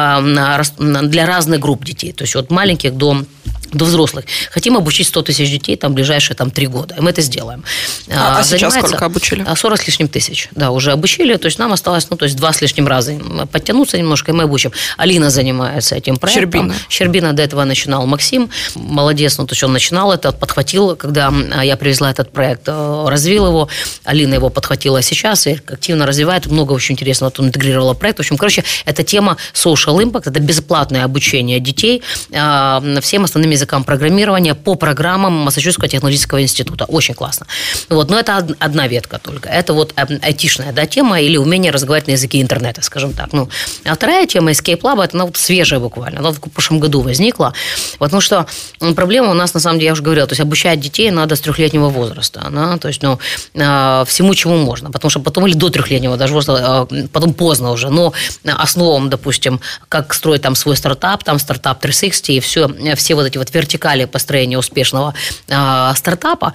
для разных групп детей. То есть от маленьких до взрослых. Хотим обучить 100 тысяч детей там, в ближайшие 3 года. И мы это сделаем. А сейчас сколько обучили? 40 с лишним тысяч. Да, уже обучили. То есть нам осталось 2 с лишним раза подтянуться немножко, и мы обучим. Алина занимается этим проектом. Щербина до этого начинал. Максим молодец, то есть он начинал это, подхватил, когда я привезла этот проект, развил его. Алина его подхватила сейчас и активно развивает. Много очень интересного он интегрировала проект. В общем, это тема Social Impact. Это бесплатное обучение детей всем основным языкам программирования по программам Массачусетского технологического института. Очень классно. Вот. Но это одна ветка только. Это вот айтишная, да, тема или умение разговаривать на языке интернета, скажем так. А вторая тема Escape Lab, это свежая буквально. Она в прошлом году возникла. Потому что проблема у нас, на самом деле, я уже говорила, то есть обучать детей надо с 3-летнего возраста. Да? То есть, всему, чему можно. Потому что потом или до 3-летнего даже возраста, потом поздно уже. Но основам, допустим, как строить там свой стартап, там стартап 360 и все вот эти вертикали построения успешного стартапа,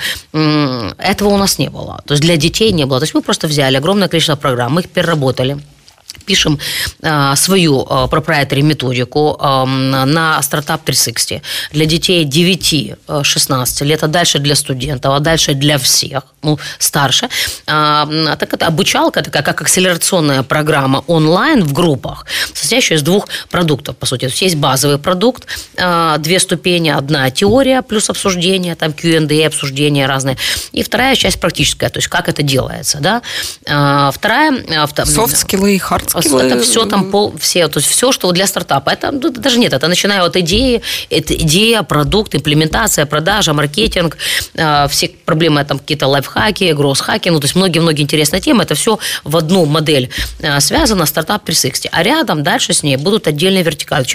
этого у нас не было. То есть для детей не было. То есть мы просто взяли огромное количество программ, мы их переработали, пишем свою proprietary методику на Startup 360 для детей 9-16 лет, а дальше для студентов, а дальше для всех, старше. Так это обучалка такая, как акселерационная программа онлайн в группах, состоящая из 2 продуктов, по сути. То есть есть базовый продукт, 2 ступени, одна теория плюс обсуждение, там Q&A, обсуждения разные, и вторая часть практическая, то есть как это делается, да. Вторая... Софт-скиллы и хард-скиллы. Это все там, то есть все, что для стартапа. Это даже нет, это начиная от идеи, это идея, продукт, имплементация, продажа, маркетинг, все проблемы, там какие-то лайфхаки, гроусс-хаки, то есть многие-многие интересные темы, это все в одну модель связано, стартап 360. А рядом, дальше с ней будут отдельные вертикали.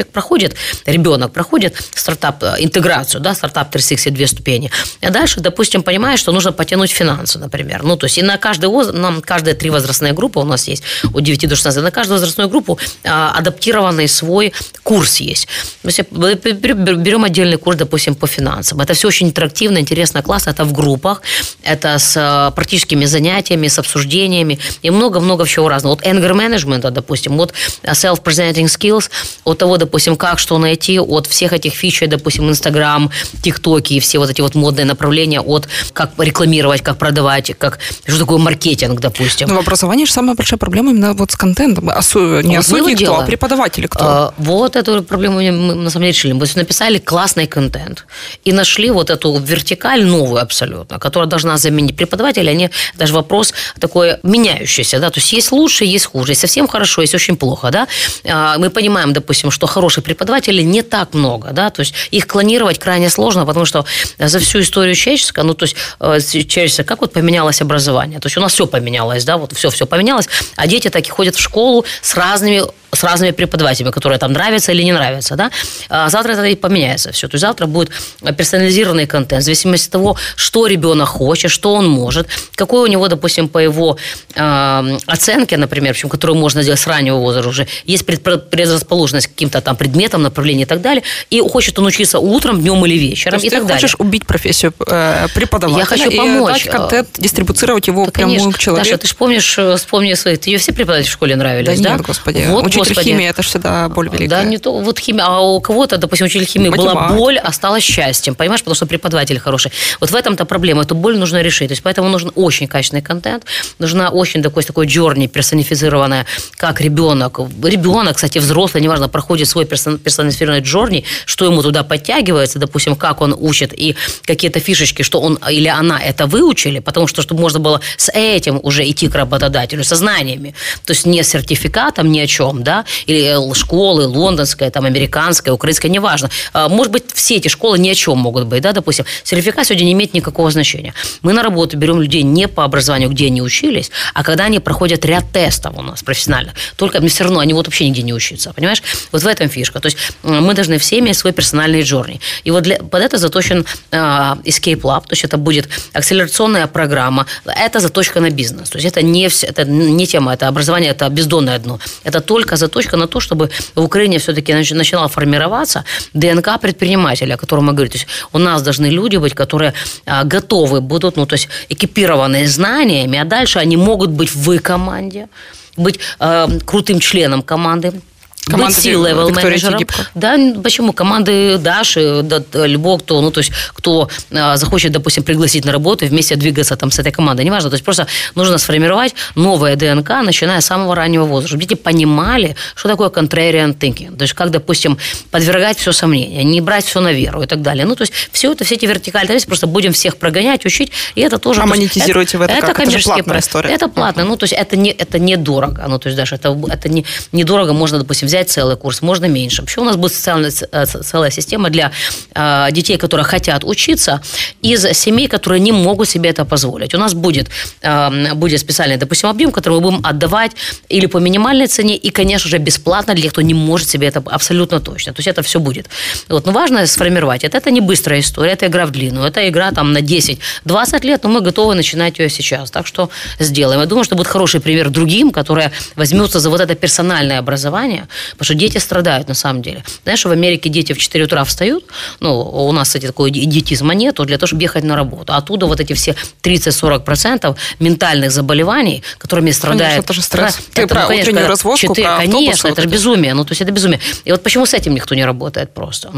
Ребенок проходит интеграцию, да, стартап 360, 2 ступени. А дальше, допустим, понимаешь, что нужно потянуть финансы, например. То есть и на каждые 3 возрастные группы у нас есть, от 9 до 16, на каждую возрастную группу адаптированный свой курс есть. То есть берем отдельный курс, допустим, по финансам. Это все очень интерактивно, интересно, классно. Это в группах, это с практическими занятиями, с обсуждениями и много-много всего разного. От anger management, допустим, от self-presenting skills, от того, допустим, как что найти, от всех этих фичей, допустим, Instagram, TikTok и все вот эти вот модные направления, от как рекламировать, как продавать, что такое маркетинг, допустим. Но в образовании же самая большая проблема именно вот с контентом. Не судьи кто, а преподаватели кто. Вот эту проблему мы на самом деле решили. Мы написали классный контент и нашли вот эту вертикаль новую абсолютно, которая должна заменить преподавателя. Они даже вопрос такой меняющийся, да, то есть есть лучше, есть хуже, есть совсем хорошо, есть очень плохо, да. Мы понимаем, допустим, что хороших преподавателей не так много, да, то есть их клонировать крайне сложно, потому что за всю историю человечества, то есть человечество, как вот поменялось образование, то есть у нас все поменялось, да, вот все поменялось, а дети так и ходят в школу с разными преподавателями, которые там нравятся или не нравятся, да. Завтра это и поменяется все. То есть завтра будет персонализированный контент в зависимости от того, что ребенок хочет, что он может, какой у него, допустим, по его оценке, например, причем, которую можно сделать с раннего возраста уже, есть предрасположенность к каким-то там предметам, направлениям и так далее, и хочет он учиться утром, днем или вечером, и так далее. Ты хочешь убить профессию преподавателя? Я хочу помочь. И дать контент, дистрибуцировать его прямую к человеку. Даша, ты же вспомни свои, ты ее все преподаватели в школе нравились, да? Нет, господи. Учитель химии, это же всегда боль великая. Да, не то, вот химия, а у кого-то, допустим, учитель химии была боль, а стала счастьем, понимаешь, потому что преподаватель хороший. Вот в этом-то проблема, эту боль нужно решить, то есть поэтому нужен очень качественный контент, нужна очень такой джорни персонифицированная, как ребенок, кстати, взрослый, неважно, проходит свой персонифицированный джорни, что ему туда подтягивается, допустим, как он учит, и какие-то фишечки, что он или она это выучили, потому что, чтобы можно было с этим уже идти к работодателю, со знаниями, то есть не с сертификатом, ни о чем, да, или школы, лондонская, там, американская, украинская, неважно. Может быть, все эти школы ни о чем могут быть, да, допустим. Сертификат сегодня не имеет никакого значения. Мы на работу берем людей не по образованию, где они учились, а когда они проходят ряд тестов у нас профессиональных. Только все равно они вот вообще нигде не учатся, понимаешь? Вот в этом фишка. То есть мы должны все иметь свой персональный джорни. И вот под это заточен Escape Lab, то есть это будет акселерационная программа, это заточка на бизнес. То есть это не тема, это образование, это бездонное дно. Это только заточка на то, чтобы в Украине все-таки начинала формироваться ДНК предпринимателя, о котором мы говорим. То есть у нас должны люди быть, которые готовы будут, то есть экипированные знаниями, а дальше они могут быть в команде, быть крутым членом команды, быть C-level менеджером. Да, почему? Команды Даши, любого, кто, то есть, кто захочет, допустим, пригласить на работу и вместе двигаться там с этой командой, неважно. То есть просто нужно сформировать новое ДНК, начиная с самого раннего возраста, чтобы дети понимали, что такое contrarian thinking. То есть как, допустим, подвергать все сомнения, не брать все на веру и так далее. То есть все эти вертикали, то есть просто будем всех прогонять, учить, и это тоже... А монетизируете вы это как? Это же платная история. Это платно, то есть это недорого. То есть даже это недорого, можно, допустим, взять целый курс, можно меньше. Вообще у нас будет целая система для детей, которые хотят учиться, из семей, которые не могут себе это позволить. У нас будет специальный, допустим, объем, который мы будем отдавать или по минимальной цене, и, конечно же, бесплатно для тех, кто не может себе это абсолютно точно. То есть это все будет. Но важно сформировать. Это не быстрая история, это игра в длину, это игра там на 10-20 лет, но мы готовы начинать ее сейчас. Так что сделаем. Я думаю, что будет хороший пример другим, которые возьмутся за вот это персональное образование, Потому что дети страдают на самом деле. Знаешь, в Америке дети в 4 утра встают, у нас, кстати, такого идиотизма нету, для того, чтобы ехать на работу. А оттуда вот эти все 30-40% ментальных заболеваний, которыми страдают... Конечно, это же стресс. Ты про утреннюю развозку, про автобусы. Конечно, это же безумие. То есть это безумие. И вот почему с этим никто не работает просто?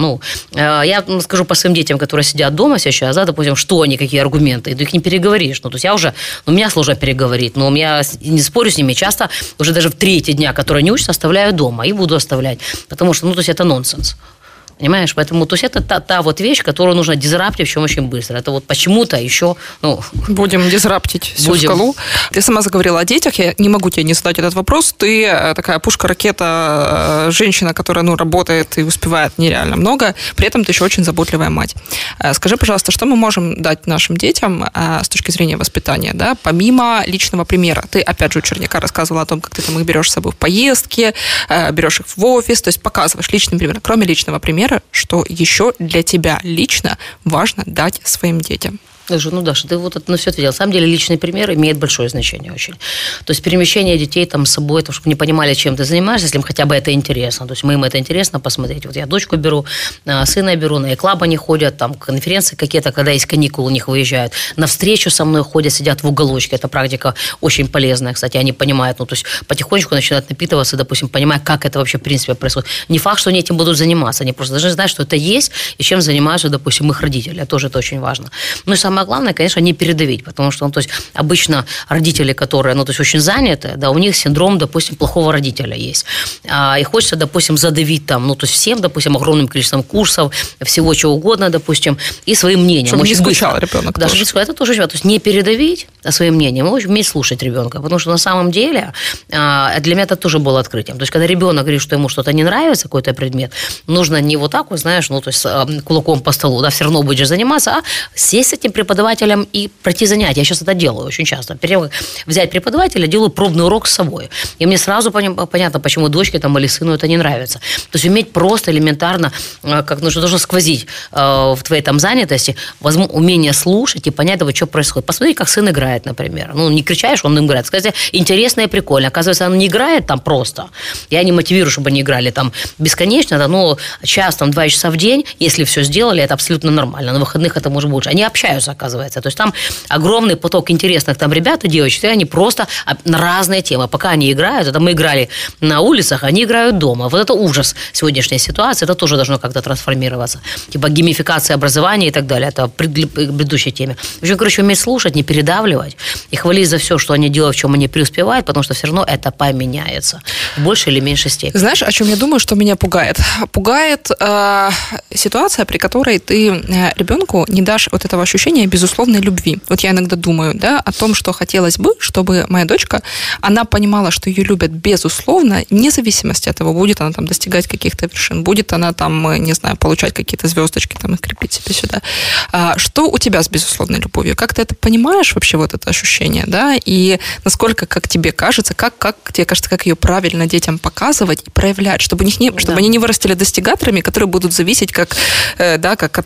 Я скажу по своим детям, которые сидят дома сейчас, допустим, что они, какие аргументы, их не переговоришь. То есть я уже... меня сложно переговорить, но я не спорю с ними. Часто уже даже в 3-й дня, которые не учатся, оставляю дома и буду оставлять. Потому что, то есть это нонсенс. Понимаешь? Поэтому, то есть это та вот вещь, которую нужно дизраптить, причем очень быстро. Это вот почему-то еще... Будем дизраптить всю скалу. Ты сама заговорила о детях, я не могу тебе не задать этот вопрос. Ты такая пушка-ракета, женщина, которая, работает и успевает нереально много, при этом ты еще очень заботливая мать. Скажи, пожалуйста, что мы можем дать нашим детям с точки зрения воспитания, да, помимо личного примера? Ты, опять же, у Черняка рассказывала о том, как ты там их берешь с собой в поездки, берешь их в офис, то есть показываешь личный пример. Кроме личного примера, что еще для тебя лично важно дать своим детям? Даша, ты вот это все ответила. На самом деле личный пример имеет большое значение очень. То есть перемещение детей там с собой, чтобы не понимали, чем ты занимаешься, если им хотя бы это интересно. То есть им это интересно посмотреть. Вот я дочку беру, сына беру, на E-Club они ходят, там конференции какие-то, когда есть каникулы, у них выезжают. На встречу со мной ходят, сидят в уголочке. Эта практика очень полезная, кстати. Они понимают, то есть потихонечку начинают напитываться, допустим, понимая, как это вообще в принципе происходит. Не факт, что они этим будут заниматься. Они просто должны знать, что это есть, и чем занимаются, допустим, их родители. Тоже это очень важно. И самое главное, конечно, не передавить, потому что, то есть, обычно родители, которые, то есть, очень заняты, да, у них синдром, допустим, плохого родителя есть. И хочется, допустим, задавить там, то есть, всем, допустим, огромным количеством курсов, всего чего угодно, допустим, и своим мнением. Чтобы не скучал ребенок. Да, это тоже важно. То есть, не передавить своим мнением, а уметь слушать ребенка, потому что на самом деле для меня это тоже было открытием. То есть, когда ребенок говорит, что ему что-то не нравится, какой-то предмет, нужно не вот так вот, знаешь, то есть, кулаком по столу, да, все равно будешь заниматься, а сесть с этим преподавателем и пройти занятия. Я сейчас это делаю очень часто. Перед тем, как взять преподавателя, делаю пробный урок с собой. И мне сразу понятно, почему дочке там, или сыну это не нравится. То есть уметь просто элементарно, как должно сквозить в твоей там занятости, умение слушать и понять, что происходит. Посмотри, как сын играет, например. Не кричаешь, он им играет. Сказать, интересно и прикольно. Оказывается, он не играет там просто. Я не мотивирую, чтобы они играли там бесконечно, да, но час, 2 часа в день, если все сделали, это абсолютно нормально. На выходных это может быть лучше. Они общаются, оказывается. То есть там огромный поток интересных там ребят и девочек, и они просто на разные темы. Пока они играют, это мы играли на улицах, они играют дома. Вот это ужас сегодняшней ситуации, это тоже должно как-то трансформироваться. Типа геймификация образования и так далее. Это к предыдущей теме. В общем, уметь слушать, не передавливать и хвалить за все, что они делают, в чем они преуспевают, потому что все равно это поменяется в большей или меньшей степени. Знаешь, о чем я думаю, что меня пугает? Пугает ситуация, при которой ты ребенку не дашь вот этого ощущения безусловной любви. Вот я иногда думаю, да, о том, что хотелось бы, чтобы моя дочка, она понимала, что ее любят безусловно, вне зависимости от того, будет она там достигать каких-то вершин, будет она там, не знаю, получать какие-то звездочки, там, их крепить себе сюда. Что у тебя с безусловной любовью? Как ты это понимаешь вообще, вот это ощущение, да, и насколько, как тебе кажется, как тебе кажется, как ее правильно детям показывать и проявлять, чтобы они не вырастили достигаторами, которые будут зависеть как от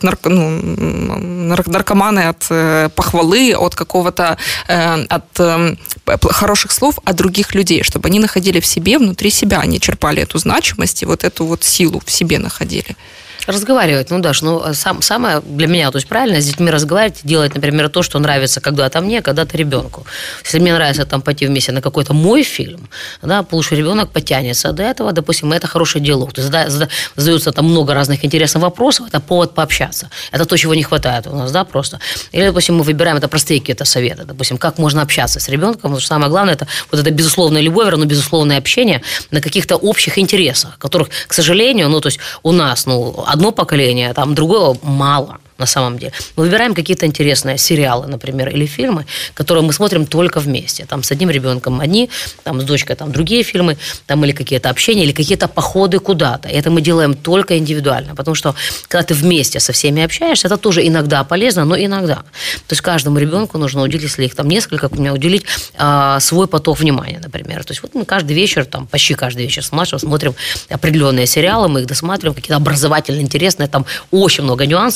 наркоманы от похвалы, от какого-то, от хороших слов от других людей, чтобы они находили в себе, внутри себя, они черпали эту значимость и вот эту вот силу в себе находили. Разговаривать, самое для меня, то есть правильно с детьми разговаривать, делать, например, то, что нравится когда-то мне, когда-то ребенку. Если мне нравится там пойти вместе на какой-то мой фильм, да, получше ребенок потянется до этого, допустим, это хороший диалог. То есть задаются там много разных интересных вопросов, это повод пообщаться. Это то, чего не хватает у нас, да, просто. Или, допустим, мы выбираем, это простые какие-то советы, допустим, как можно общаться с ребенком, потому что самое главное, это вот это безусловная любовь, равно безусловное общение на каких-то общих интересах, которых, к сожалению, то есть у нас, одно поколение, там другого мало. На самом деле. Мы выбираем какие-то интересные сериалы, например, или фильмы, которые мы смотрим только вместе. Там с одним ребенком одни, там с дочкой там другие фильмы, там или какие-то общения, или какие-то походы куда-то. И это мы делаем только индивидуально, потому что когда ты вместе со всеми общаешься, это тоже иногда полезно, но иногда. То есть каждому ребенку нужно уделить, если их там несколько, уделить свой поток внимания, например. То есть вот мы каждый вечер, там почти каждый вечер с младшим смотрим определенные сериалы, мы их досматриваем, какие-то образовательные, интересные, там очень много нюансов есть. Это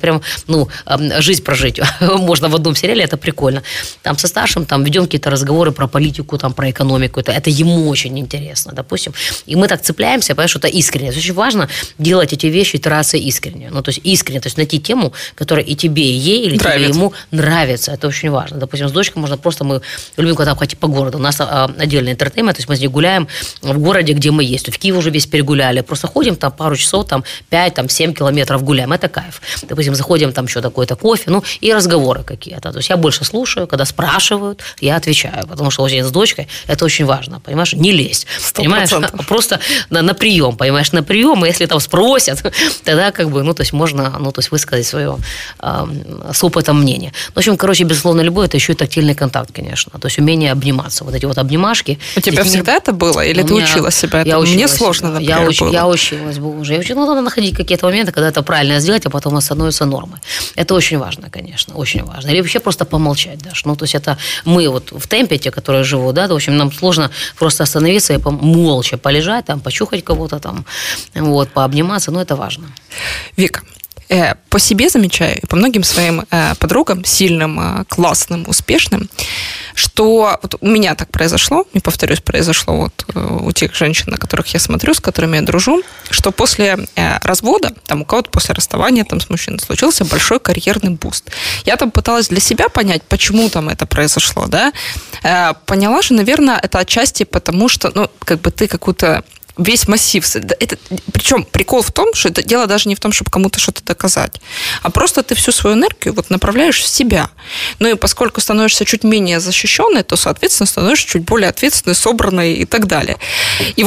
прям, жизнь прожить можно в одном сериале, это прикольно. Там со старшим там ведем какие-то разговоры про политику, там, про экономику, это ему очень интересно, допустим. И мы так цепляемся, потому что это искренне. Очень важно делать эти вещи, итерации искренне. То есть искренне, то есть найти тему, которая и тебе, и ей, или тебе, и ему нравится. Это очень важно. Допустим, с дочкой можно просто, мы любим когда ходить по городу. У нас отдельный интертеймент, то есть мы с ней гуляем в городе, где мы есть. В Киев уже весь перегуляли. Просто ходим там пару часов, там 5-7 километров гуляем. Это кайф. Допустим, заходим, там еще такой-то кофе, и разговоры какие-то. То есть я больше слушаю, когда спрашивают, я отвечаю. Потому что очень с дочкой это очень важно, понимаешь? Не лезть. 100%. Понимаешь? Просто на прием, понимаешь? На прием, и если там спросят, тогда то есть можно, высказать свое с опытом мнение. В общем, безусловно, любовь – это еще и тактильный контакт, конечно. То есть умение обниматься. Вот эти вот обнимашки. У тебя всегда это было? Или ты учила себя этому? Мне сложно, например, было. Я училась бы уже. Надо находить какие-то моменты, когда это правильно сделать, а потом это становится нормой. Это очень важно, конечно, очень важно. Или вообще просто помолчать даже. То есть это мы вот в темпе, те, которые живут, да, в общем, нам сложно просто остановиться и молча полежать, там, почухать кого-то, там, пообниматься, это важно. Вика, по себе замечаю, по многим своим подругам, сильным, классным, успешным, что вот у меня так произошло, не повторюсь, произошло вот у тех женщин, на которых я смотрю, с которыми я дружу, что после развода, там у кого-то после расставания там с мужчиной случился большой карьерный буст. Я там пыталась для себя понять, почему там это произошло, да. Поняла же, наверное, это отчасти потому, что, ты какую-то весь массив. Причем прикол в том, что это дело даже не в том, чтобы кому-то что-то доказать, а просто ты всю свою энергию направляешь в себя. И поскольку становишься чуть менее защищенной, то, соответственно, становишься чуть более ответственной, собранной и так далее. И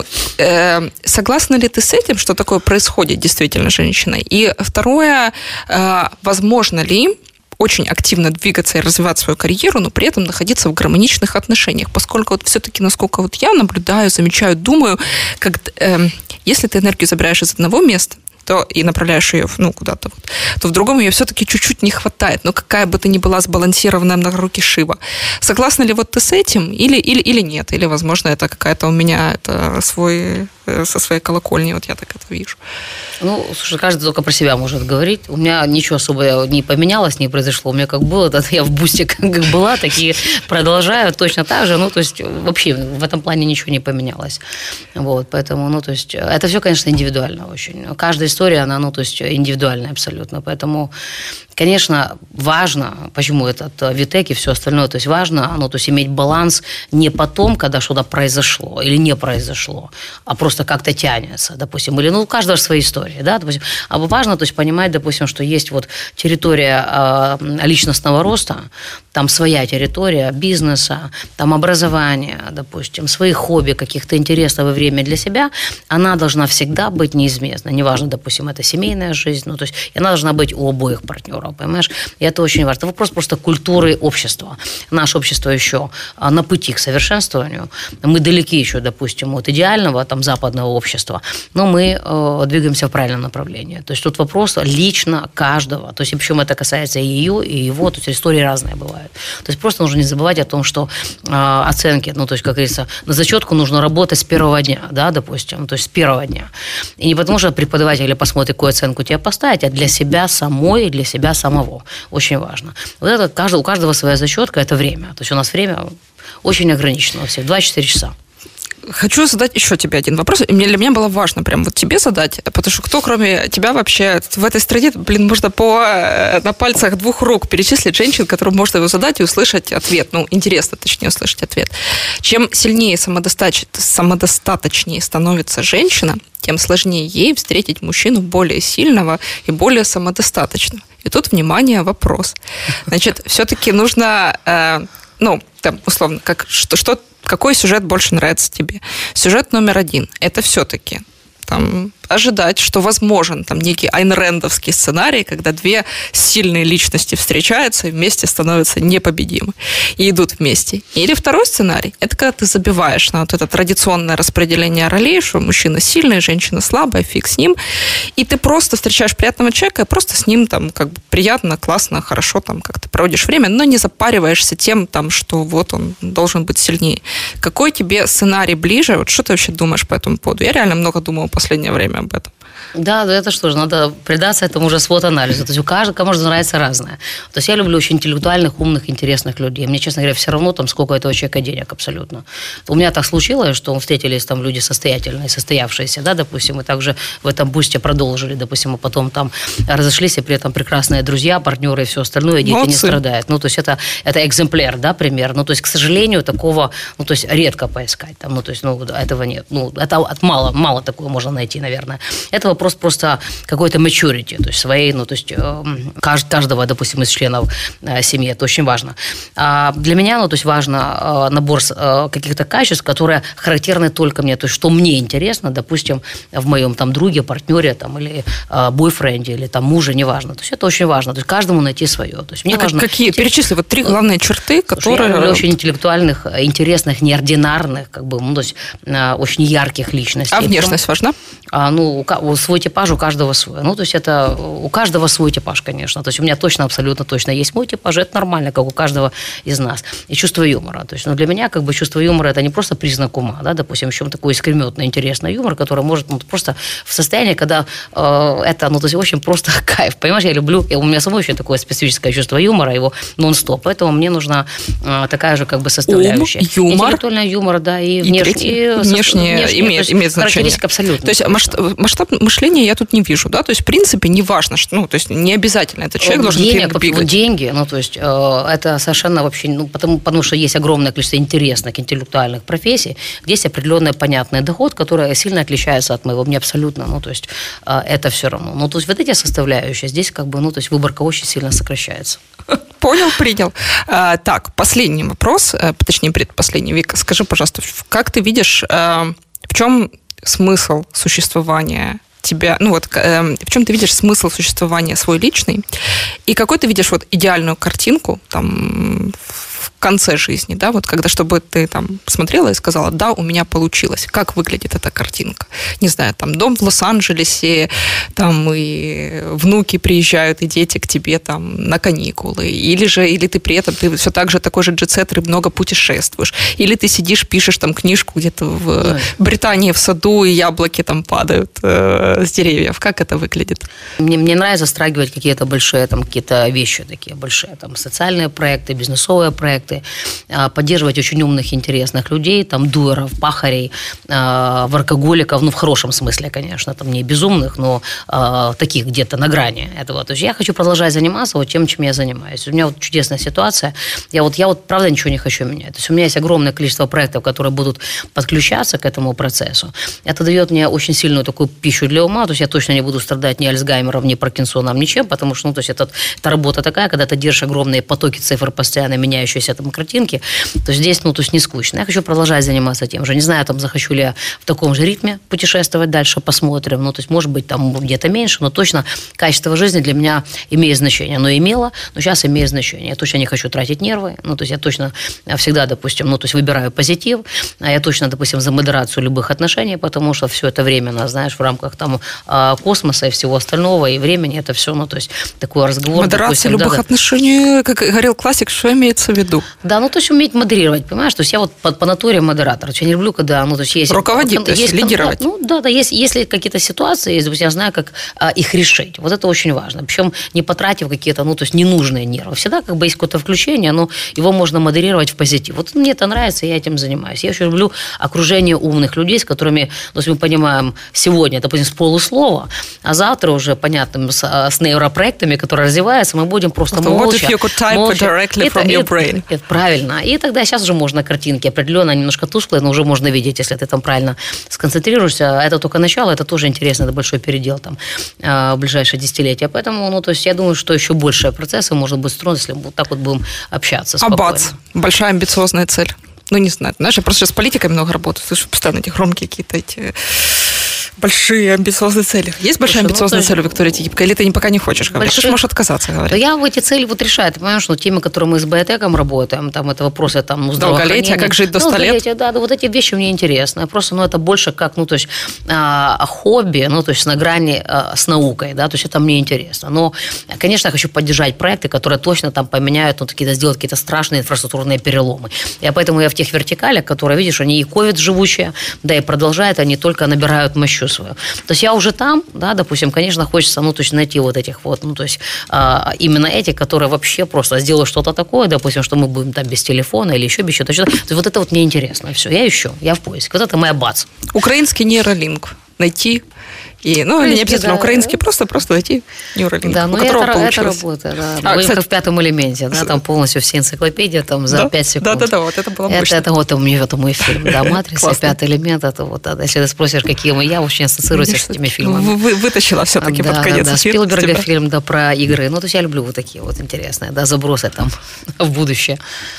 согласна ли ты с этим, что такое происходит действительно с женщиной? И второе, возможно ли очень активно двигаться и развивать свою карьеру, но при этом находиться в гармоничных отношениях, поскольку все-таки, насколько я наблюдаю, замечаю, думаю, если ты энергию забираешь из одного места, то и направляешь ее куда-то, то в другом ее все-таки чуть-чуть не хватает. Какая бы ты ни была сбалансированная на руки Шива. Согласна ли ты с этим или нет? Или, возможно, это какая-то у меня со своей колокольни, я так это вижу. Слушай, каждый только про себя может говорить. У меня ничего особо не поменялось, не произошло. У меня как было, так я в бусте как была, так и продолжаю точно так же. То есть вообще в этом плане ничего не поменялось. Поэтому, то есть это все, конечно, индивидуально очень. Каждая история, она, индивидуальная абсолютно. Поэтому, конечно, важно, почему этот Витек и все остальное, то есть важно, то есть иметь баланс не потом, когда что-то произошло или не произошло, а просто как-то тянется, допустим, или, у каждого свои истории, да, допустим. А важно, то есть понимать, допустим, что есть территория личностного роста, там своя территория бизнеса, там образования, допустим, своих хобби, каких-то интересов и время для себя, она должна всегда быть неизменна. Неважно, допустим, это семейная жизнь, то есть она должна быть у обоих партнеров, понимаешь? И это очень важно. Это вопрос просто культуры общества. Наше общество еще на пути к совершенствованию. Мы далеки еще, допустим, от идеального западного общества, но мы двигаемся в правильном направлении. То есть тут вопрос лично каждого. То есть причем это касается и ее, и его. То есть истории разные бывают. То есть просто нужно не забывать о том, что оценки, то есть, как говорится, на зачетку нужно работать с первого дня, да, допустим, то есть с первого дня. И не потому, что преподаватель посмотрит, какую оценку тебе поставить, а для себя самой и для себя самого. Очень важно. Это у каждого своя зачетка, это время. То есть у нас время очень ограничено у всех, 24 часа. Хочу задать еще тебе один вопрос. И для меня было важно прям тебе задать, потому что кто, кроме тебя, вообще в этой стране, можно на пальцах 2 рук перечислить женщин, которым можно его задать и услышать ответ. Интересно, точнее, услышать ответ. Чем сильнее, самодостаточнее становится женщина, тем сложнее ей встретить мужчину более сильного и более самодостаточного. И тут, внимание, вопрос. Значит, все-таки нужно, условно, какой сюжет больше нравится тебе? Сюжет номер 1 – это все-таки ожидать, что возможен некий айнрэндовский сценарий, когда 2 сильные личности встречаются и вместе становятся непобедимы и идут вместе. Или второй сценарий – это когда ты забиваешь на это традиционное распределение ролей, что мужчина сильный, женщина слабая, фиг с ним, и ты просто встречаешь приятного человека и просто с ним приятно, классно, хорошо как-то проводишь время, но не запариваешься тем, что он должен быть сильнее. Какой тебе сценарий ближе? Что ты вообще думаешь по этому поводу? Я реально много думала в последнее время об этом. Да, это что же, надо предаться этому уже свод-анализу. То есть у каждого, кому же нравится разное. То есть я люблю очень интеллектуальных, умных, интересных людей. Мне, честно говоря, все равно, там, сколько этого человека денег абсолютно. У меня так случилось, что встретились там люди состоятельные, состоявшиеся, да, допустим, и также в этом бусте продолжили, допустим, а потом там разошлись, и при этом прекрасные друзья, партнеры и все остальное, дети не страдают. Ну, то есть это экземпляр, да, пример. Ну, то есть, к сожалению, такого, ну, то есть редко поискать. Там, ну, то есть, ну, этого нет. Ну, это мало такого можно найти, наверное. Это вопрос просто какой-то maturity, то есть своей, ну, то есть каждого, допустим, из членов семьи. Это очень важно. Для меня, ну, то есть важно набор каких-то качеств, которые характерны только мне, то есть что мне интересно, допустим, в моем там друге, партнере там, или бойфренде, или там муже, неважно. То есть это очень важно. То есть каждому найти свое. То есть мне важно... Какие? Перечисли вот 3 главные черты, которые... Я люблю очень интеллектуальных, интересных, неординарных, как бы, ну, то есть очень ярких личностей. А внешность важна? Ну, свой типаж у каждого свой. Ну, то есть это у каждого свой типаж, конечно. То есть у меня точно, абсолютно точно есть мой типаж, это нормально, как у каждого из нас. И чувство юмора. То есть, ну, для меня как бы чувство юмора – это не просто признак ума, да, допустим, еще такой искрометный, интересный юмор, который может, ну, просто в состоянии, когда это, ну, то есть очень просто кайф. Понимаешь, я люблю, у меня самой очень такое специфическое чувство юмора, его нон-стоп, поэтому мне нужна такая же как бы составляющая. Юмор. Интеллектуальный юмор, да, и внешне имеет значение. Абсолютно. То есть масштаб мышления я тут не вижу, да, то есть в принципе не важно, что, ну, то есть не обязательно этот человек должен бегать. Деньги, ну, то есть это совершенно вообще, ну, потому что есть огромное количество интересных интеллектуальных профессий, где есть определенный понятный доход, который сильно отличается от моего, мне абсолютно, ну, то есть это все равно. Ну, то есть вот эти составляющие, здесь как бы, ну, то есть выборка очень сильно сокращается. Понял, принял. Так, последний вопрос, точнее, предпоследний. Вика, скажи, пожалуйста, как ты видишь, в чем смысл существования тебя, ну вот в чем ты видишь смысл существования свой личный, и какой ты видишь вот идеальную картинку там в конце жизни, да, вот когда, чтобы ты там смотрела и сказала, да, у меня получилось. Как выглядит эта картинка? Не знаю, там дом в Лос-Анджелесе, там и внуки приезжают, и дети к тебе там на каникулы, или ты при этом, ты все так же такой же джет-сеттер и много путешествуешь, или ты сидишь, пишешь там книжку где-то в Британии в саду, и яблоки там падают с деревьев. Как это выглядит? Мне нравится затрагивать какие-то большие там какие-то вещи такие большие, там социальные проекты, бизнесовые проекты, поддерживать очень умных, интересных людей, там дуэров, пахарей, воркоголиков, ну в хорошем смысле, конечно, там не безумных, но таких где-то на грани этого. То есть я хочу продолжать заниматься вот тем, чем я занимаюсь. У меня вот чудесная ситуация. Я вот правда ничего не хочу менять. То есть у меня есть огромное количество проектов, которые будут подключаться к этому процессу. Это дает мне очень сильную такую пищу для ума. То есть я точно не буду страдать ни Альцгеймером, ни Паркинсоном, ничем, потому что, ну, то есть это работа такая, когда ты держишь огромные потоки цифр, постоянно меняющиеся там картинки, то здесь, ну, то есть не скучно. Я хочу продолжать заниматься тем же. Не знаю, там, захочу ли я в таком же ритме путешествовать дальше, посмотрим. Ну, то есть, может быть, там где-то меньше, но точно качество жизни для меня имеет значение. Оно имело, но сейчас имеет значение. Я точно не хочу тратить нервы. Ну, то есть, я точно всегда, допустим, ну, то есть, выбираю позитив. А я точно, допустим, за модерацию любых отношений, потому что все это временно, знаешь, в рамках там космоса и всего остального, и времени это все, ну, то есть, такой разговор. Модерация любых отношений, как говорил классик, что имеется в виду? Да, ну, то есть уметь модерировать, понимаешь? То есть я вот по натуре модератор. Я не люблю, когда, ну, то есть есть... Руководить, то есть лидировать. Ну, да, если какие-то ситуации есть, допустим, я знаю, как их решить. Вот это очень важно. Причем не потратив какие-то, ну, то есть ненужные нервы. Всегда как бы есть какое-то включение, но его можно модерировать в позитив. Вот мне это нравится, я этим занимаюсь. Я очень люблю окружение умных людей, с которыми, то есть мы понимаем сегодня, допустим, с полуслова, а завтра уже, понятно, с нейропроектами, которые развиваются, мы будем просто молча. What if you could type directly from your brain? Это правильно. И тогда сейчас уже можно картинки определенно немножко тусклые, но уже можно видеть, если ты там правильно сконцентрируешься. Это только начало, это тоже интересно, это большой передел там в ближайшие десятилетия. Поэтому, ну, то есть я думаю, что еще большие процессы можно будет строить, если мы вот так вот будем общаться спокойно. А бац, большая амбициозная цель. Ну, не знаю, знаешь, я просто сейчас с политикой много работаю, слышу постоянно эти громкие какие-то эти большие амбициозные цели. Есть большая амбициозная цель у Виктории Тихипко, или ты пока не хочешь говорить? Ты можешь отказаться говорить. Да я в эти цели вот решаю. Ты понимаешь, что темы, которые мы с биотеком работаем, там это вопросы там долголетия, как жить до 100 лет. Да, вот эти вещи мне интересны. Просто, ну, это больше как, ну, то есть хобби, ну, то есть на грани с наукой, да, то есть это мне интересно. Но, конечно, я хочу поддержать проекты, которые точно там поменяют, ну, сделать какие-то страшные инфраструктурные переломы. И поэтому я в тех вертикалях, которые, видишь, они и ковид живучие, да, и продолжают, они только набирают мощу свое. То есть я уже там, да, допустим, конечно, хочется, то есть найти вот этих вот, то есть именно этих, которые вообще просто сделают что-то такое, допустим, что мы будем там без телефона или еще без чего-то. То есть вот это вот мне интересно, все, я ищу, я в поиске. Вот это моя бац. Украинский нейролинк найти. Или не обязательно украинский, просто найти Neuralink, да, у которого получилось. Это работа, да. Вы как в «Пятом элементе», да, там полностью все энциклопедии там за 5 секунд. Да, вот это было мощно. Это вот у меня мой фильм, да, «Матрица», «Пятый элемент», это вот, да, если ты спросишь, какие я очень ассоциируюсь с этими фильмами. Вытащила все-таки под конец. Да, Спилберга фильм, да, про игры, то есть я люблю вот такие вот интересные, да, забросы там в будущее.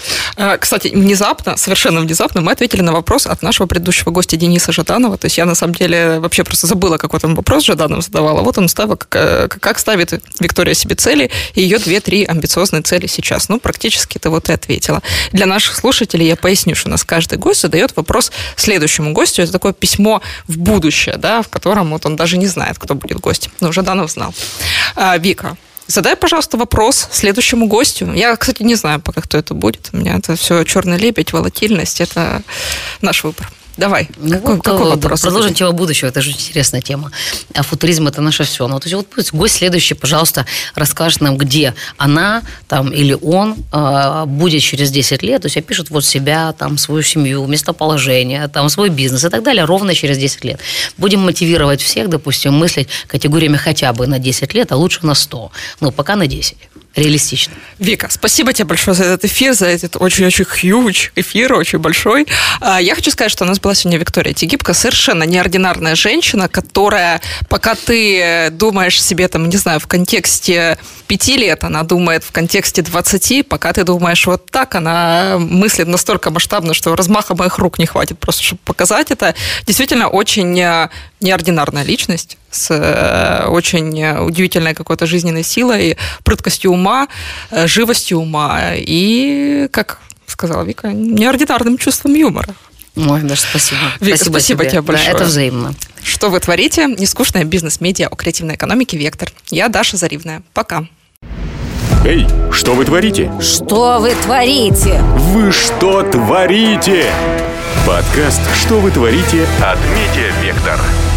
Кстати, совершенно внезапно мы ответили на вопрос от нашего предыдущего гостя Дениса Жаданова, то есть я на самом деле вообще просто забыла, какой там вопрос Жаданов задавала. Вот он ставил, как ставит Виктория себе цели, и ее 2-3 амбициозные цели сейчас. Практически ты вот и ответила. Для наших слушателей я поясню, что у нас каждый гость задает вопрос следующему гостю. Это такое письмо в будущее, да, в котором вот он даже не знает, кто будет гостем. Но Жаданов знал. Вика, задай, пожалуйста, вопрос следующему гостю. Я, кстати, не знаю пока, кто это будет. У меня это все черный лебедь, волатильность. Это наш выбор. Давай, какой вопрос? Продолжим тему будущего, это же интересная тема. А футуризм – это наше все. То есть вот гость следующий, пожалуйста, расскажет нам, где она там, или он будет через 10 лет, то есть опишет вот себя, там, свою семью, местоположение, там, свой бизнес и так далее ровно через 10 лет. Будем мотивировать всех, допустим, мыслить категориями хотя бы на 10 лет, а лучше на 100. Пока на 10. Реалистично. Вика, спасибо тебе большое за этот эфир, за этот очень-очень huge эфир, очень большой. Я хочу сказать, что у нас была сегодня Виктория Тегибко, совершенно неординарная женщина, которая, пока ты думаешь себе, там, не знаю, в контексте 5 лет, она думает в контексте 20, пока ты думаешь вот так, она мыслит настолько масштабно, что размаха моих рук не хватит просто, чтобы показать это. Действительно, очень неординарная личность с очень удивительной какой-то жизненной силой, прыткостью ума, живостью ума и, как сказала Вика, неординарным чувством юмора. Ой, Даша, спасибо. Вика, спасибо тебе большое. Да, это взаимно. Что вы творите? Нескучная бизнес-медиа о креативной экономике «Вектор». Я Даша Заривная. Пока. Эй, что вы творите? Что вы творите? Вы что творите? Подкаст «Что вы творите» от «Медиа Вектор».